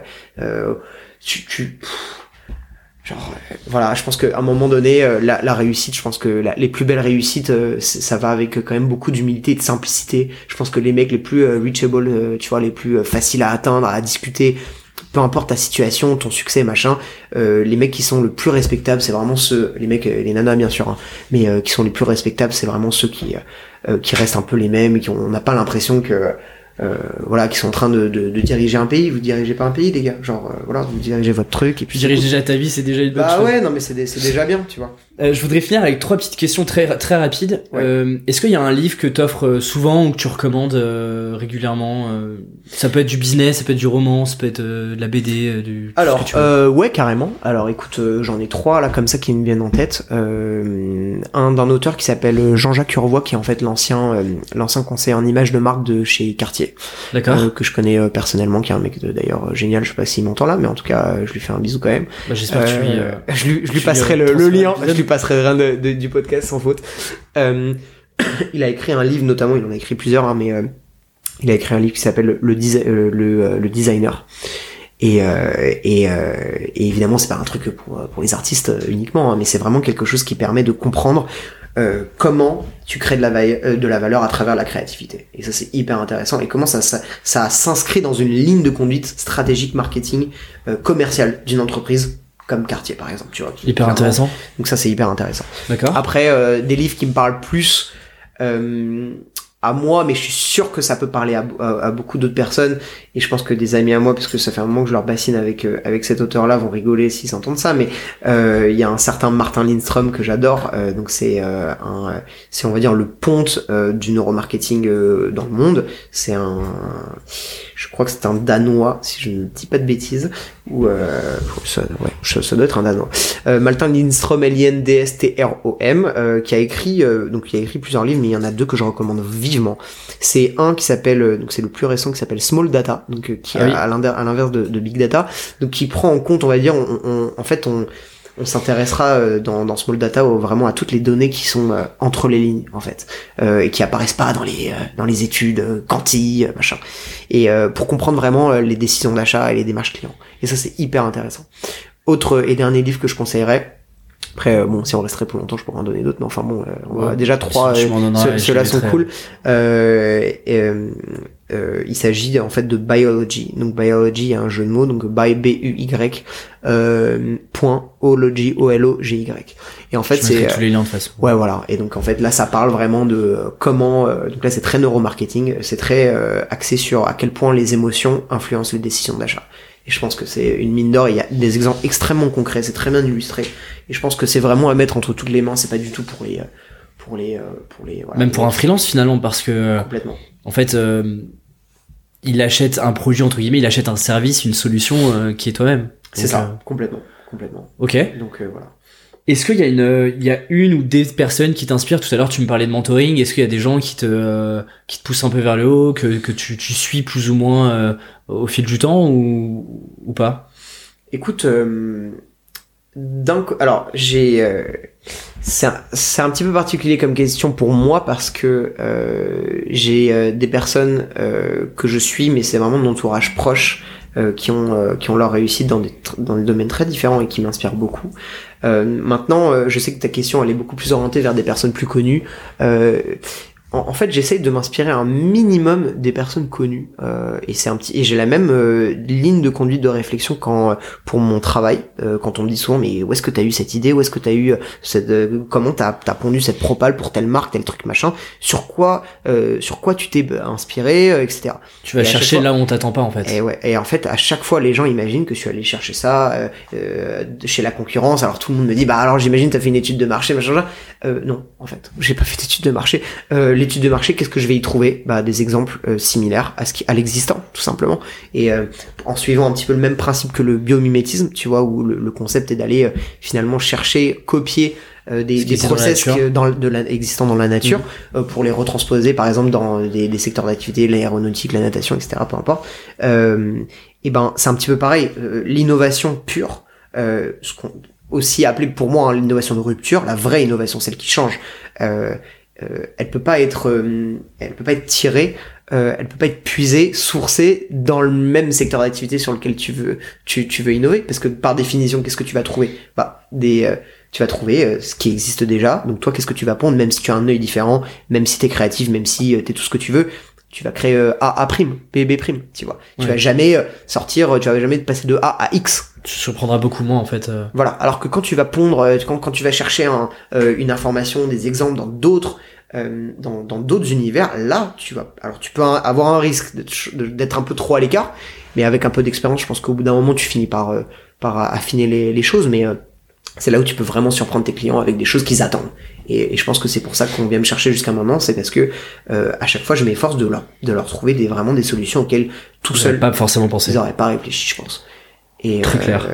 Voilà, je pense qu'à un moment donné, la réussite, je pense que les plus belles réussites, ça va avec quand même beaucoup d'humilité et de simplicité. Je pense que les mecs les plus reachable, tu vois, les plus faciles à atteindre, à discuter, peu importe ta situation, ton succès, machin, les mecs qui sont le plus respectables, c'est vraiment les mecs, les nanas bien sûr, hein, mais qui sont les plus respectables, c'est vraiment ceux qui restent un peu les mêmes, et on n'a pas l'impression que voilà, qui sont en train de diriger un pays. Vous dirigez pas un pays, les gars, genre voilà, vous dirigez votre truc et puis diriger déjà ta vie, c'est déjà une bonne chose. Bah ouais, non mais c'est déjà bien, tu vois. Je voudrais finir avec 3 petites questions très très rapides. Ouais. Est-ce qu'il y a un livre que t'offres souvent ou que tu recommandes régulièrement? Ça peut être du business, ça peut être du roman, ça peut être de la BD, Alors ouais, carrément. Alors écoute, j'en ai 3 là comme ça qui me viennent en tête. Un d'un auteur qui s'appelle Jean-Jacques Urvois, qui est en fait l'ancien conseiller en images de marque de chez Cartier. D'accord. Que je connais personnellement, qui est un mec d'ailleurs génial. Je sais pas s'il m'entend là, mais en tout cas je lui fais un bisou quand même. Bah, j'espère que je lui passerai le lien. Je lui passerai rien du podcast sans faute. Il a écrit un livre, notamment, il en a écrit plusieurs, hein, mais il a écrit un livre qui s'appelle le Designer. Et évidemment, c'est pas un truc pour les artistes uniquement, hein, mais c'est vraiment quelque chose qui permet de comprendre comment tu crées de la valeur à travers la créativité. Et ça, c'est hyper intéressant. Et comment ça s'inscrit dans une ligne de conduite stratégique, marketing, commercial d'une entreprise comme Cartier, par exemple, tu vois. Hyper intéressant. Donc ça, c'est hyper intéressant. D'accord. Après, des livres qui me parlent plus à moi, mais je suis sûr que ça peut parler à beaucoup d'autres personnes, et je pense que des amis à moi, parce que ça fait un moment que je leur bassine avec cet auteur-là, vont rigoler s'ils entendent ça, mais il y a un certain Martin Lindström que j'adore, donc c'est on va dire le ponte du neuromarketing dans le monde. Je crois que c'est un Danois, si je ne dis pas de bêtises, ou ça doit être un Danois. Martin Lindström, Lindstrom, qui a écrit plusieurs livres, mais il y en a 2 que je recommande vivement. C'est un qui s'appelle, donc c'est le plus récent, qui s'appelle Small Data, donc qui est à l'inverse de Big Data, donc qui prend en compte, on va dire, on s'intéressera dans Small Data vraiment à toutes les données qui sont entre les lignes, en fait, et qui apparaissent pas dans les études quanti, machin, et pour comprendre vraiment les décisions d'achat et les démarches clients. Et ça, c'est hyper intéressant. Autre et dernier livre que je conseillerais. Après, bon, si on resterait plus longtemps, je pourrais en donner d'autres, mais enfin bon, on a déjà 3, ceux-là sont cool. il s'agit en fait de biology. Donc biology, il y a un jeu de mots, donc by point ology O-L-O-G-Y. Et en fait c'est tous les liens de façon. Ouais, voilà. Et donc en fait là ça parle vraiment de comment donc là c'est très neuromarketing, c'est très axé sur à quel point les émotions influencent les décisions d'achat. Et je pense que c'est une mine d'or, il y a des exemples extrêmement concrets, c'est très bien illustré. Et je pense que c'est vraiment à mettre entre toutes les mains, c'est pas du tout pour les voilà, même pour un freelance finalement, parce que complètement. En fait il achète un produit entre guillemets, il achète un service, une solution qui est toi-même. C'est ça, complètement. Ok. Donc voilà. Est-ce qu'il y a une ou des personnes qui t'inspirent? Tout à l'heure tu me parlais de mentoring. Est-ce qu'il y a des gens qui te poussent un peu vers le haut, que tu suis plus ou moins au fil du temps ou pas? Écoute, alors j'ai c'est un petit peu particulier comme question pour moi parce que j'ai des personnes que je suis, mais c'est vraiment mon entourage proche qui ont leur réussite dans des domaines très différents et qui m'inspirent beaucoup. Maintenant, je sais que ta question elle est beaucoup plus orientée vers des personnes plus connues. En fait, j'essaye de m'inspirer un minimum des personnes connues et j'ai la même ligne de conduite de réflexion pour mon travail. Quand on me dit souvent mais où est-ce que t'as eu cette idée, où est-ce que t'as eu comment t'as pondu cette propale pour telle marque, tel truc machin, sur quoi tu t'es inspiré, etc. Tu vas chercher là où on t'attend pas en fait. Et en fait à chaque fois les gens imaginent que je suis allé chercher ça chez la concurrence. Alors tout le monde me dit bah alors j'imagine t'as fait une étude de marché machin. Non, en fait j'ai pas fait d'étude de marché. L'étude de marché, qu'est-ce que je vais y trouver? Bah des exemples similaires à l'existant, tout simplement. Et en suivant un petit peu le même principe que le biomimétisme, tu vois, où le concept est d'aller finalement chercher, copier des process existants dans la nature pour les retransposer, par exemple dans des secteurs d'activité, l'aéronautique, la natation, etc. Peu importe. Et ben c'est un petit peu pareil. L'innovation pure, ce qu'on aussi appelé pour moi l'innovation de rupture, la vraie innovation, celle qui change. Elle peut pas être tirée, elle peut pas être puisée, sourcée dans le même secteur d'activité sur lequel tu veux innover, parce que par définition, qu'est-ce que tu vas trouver? Tu vas trouver ce qui existe déjà. Donc toi, qu'est-ce que tu vas pondre, même si tu as un œil différent, même si t'es créatif, même si t'es tout ce que tu veux, tu vas créer A', B', tu vois. Ouais. Tu vas jamais passer de A à X. Tu surprendras beaucoup moins en fait. Voilà. Alors que quand tu vas pondre, quand tu vas chercher une information, des exemples dans d'autres univers, là tu peux avoir un risque d'être un peu trop à l'écart, mais avec un peu d'expérience, je pense qu'au bout d'un moment tu finis par affiner les choses, mais c'est là où tu peux vraiment surprendre tes clients avec des choses qu'ils attendent. Et je pense que c'est pour ça qu'on vient me chercher jusqu'à un moment, c'est parce que à chaque fois je m'efforce de leur trouver vraiment des solutions auxquelles tout seul pas forcément pensé. Ils auraient pas réfléchi, je pense. Et très clair.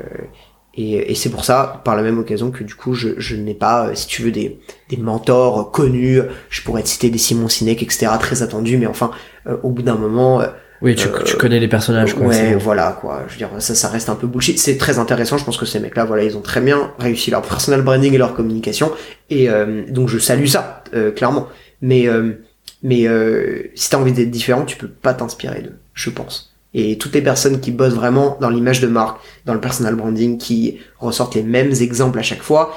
Et c'est pour ça, par la même occasion, que du coup je n'ai pas, si tu veux, des mentors connus. Je pourrais te citer des Simon Sinek, etc., très attendus, mais enfin au bout d'un moment oui, tu connais les personnages, quoi. Ouais, voilà, quoi. Je veux dire, ça reste un peu bullshit. C'est très intéressant. Je pense que ces mecs-là, voilà, ils ont très bien réussi leur personal branding et leur communication. Et donc, je salue ça, clairement. Mais si t'as envie d'être différent, tu peux pas t'inspirer d'eux, je pense. Et toutes les personnes qui bossent vraiment dans l'image de marque, dans le personal branding, qui ressortent les mêmes exemples à chaque fois,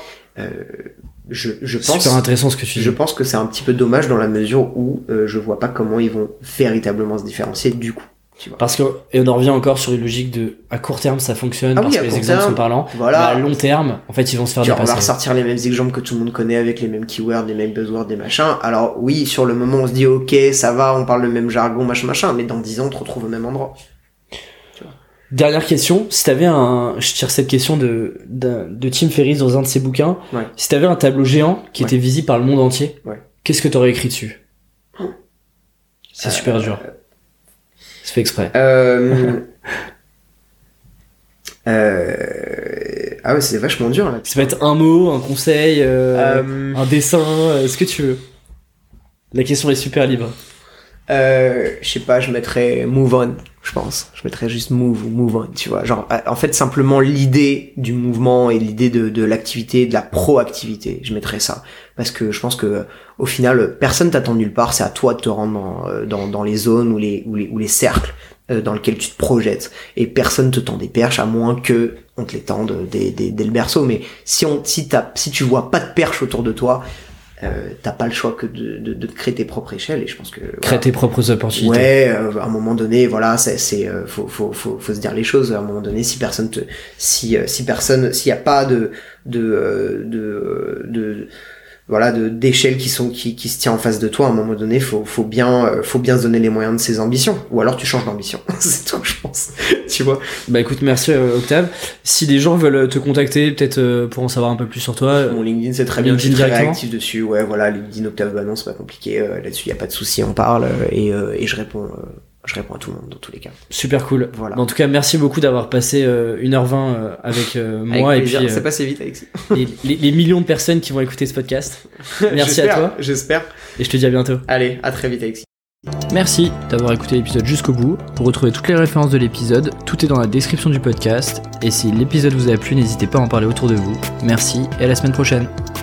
je pense. Super intéressant ce que tu dis. Je pense que c'est un petit peu dommage dans la mesure où je vois pas comment ils vont véritablement se différencier du coup. Tu vois. Parce que, et on en revient encore sur une logique de, à court terme ça fonctionne parce que les exemples sont parlants. Voilà. Mais à long terme, en fait, ils vont se faire dépasser. On va ressortir les mêmes exemples que tout le monde connaît avec les mêmes keywords, les mêmes buzzwords, des machins. Alors oui, sur le moment on se dit ok, ça va, on parle le même jargon, machin, mais dans 10 ans on te retrouve au même endroit. Dernière question, si t'avais je tire cette question de Tim Ferriss dans un de ses bouquins, ouais. Si t'avais un tableau géant qui était visible par le monde entier, qu'est-ce que t'aurais écrit dessus? C'est super dur. C'est fait exprès. Ah ouais, c'est vachement dur là. Ça peut être un mot, un conseil, un dessin, ce que tu veux. La question est super libre. Je sais pas, je mettrais move on, je pense. Je mettrais juste move on, tu vois. Genre, en fait, simplement l'idée du mouvement et l'idée de l'activité, de la proactivité, je mettrais ça. Parce que je pense que, au final, personne t'attend nulle part, c'est à toi de te rendre dans les zones ou les cercles dans lesquels tu te projettes. Et personne te tend des perches, à moins que on te les tende dès le berceau. Mais si tu vois pas de perche autour de toi, t'as pas le choix que de créer tes propres échelles, et je pense que créer tes propres opportunités. Ouais, à un moment donné, voilà, faut se dire les choses. À un moment donné, s'il y a pas d'échelle qui se tient en face de toi, à un moment donné, faut bien se donner les moyens de ses ambitions, ou alors tu changes d'ambition. C'est tout, je pense. Tu vois. Bah écoute, merci Octave. Si des gens veulent te contacter, peut-être pour en savoir un peu plus sur toi, mon LinkedIn c'est très bien, je suis très réactif dessus. Ouais, voilà, LinkedIn Octave Banon, c'est pas compliqué. Là-dessus, y a pas de souci, on parle et je réponds à tout le monde dans tous les cas. Super cool. Voilà. En tout cas, merci beaucoup d'avoir passé 1h20 avec moi. Avec plaisir. Et puis c'est passé vite, Alexis. les millions de personnes qui vont écouter ce podcast. Merci à toi. J'espère. Et je te dis à bientôt. Allez, à très vite, Alexis. Merci d'avoir écouté l'épisode jusqu'au bout. Pour retrouver toutes les références de l'épisode, tout est dans la description du podcast. Et si l'épisode vous a plu, n'hésitez pas à en parler autour de vous. Merci et à la semaine prochaine.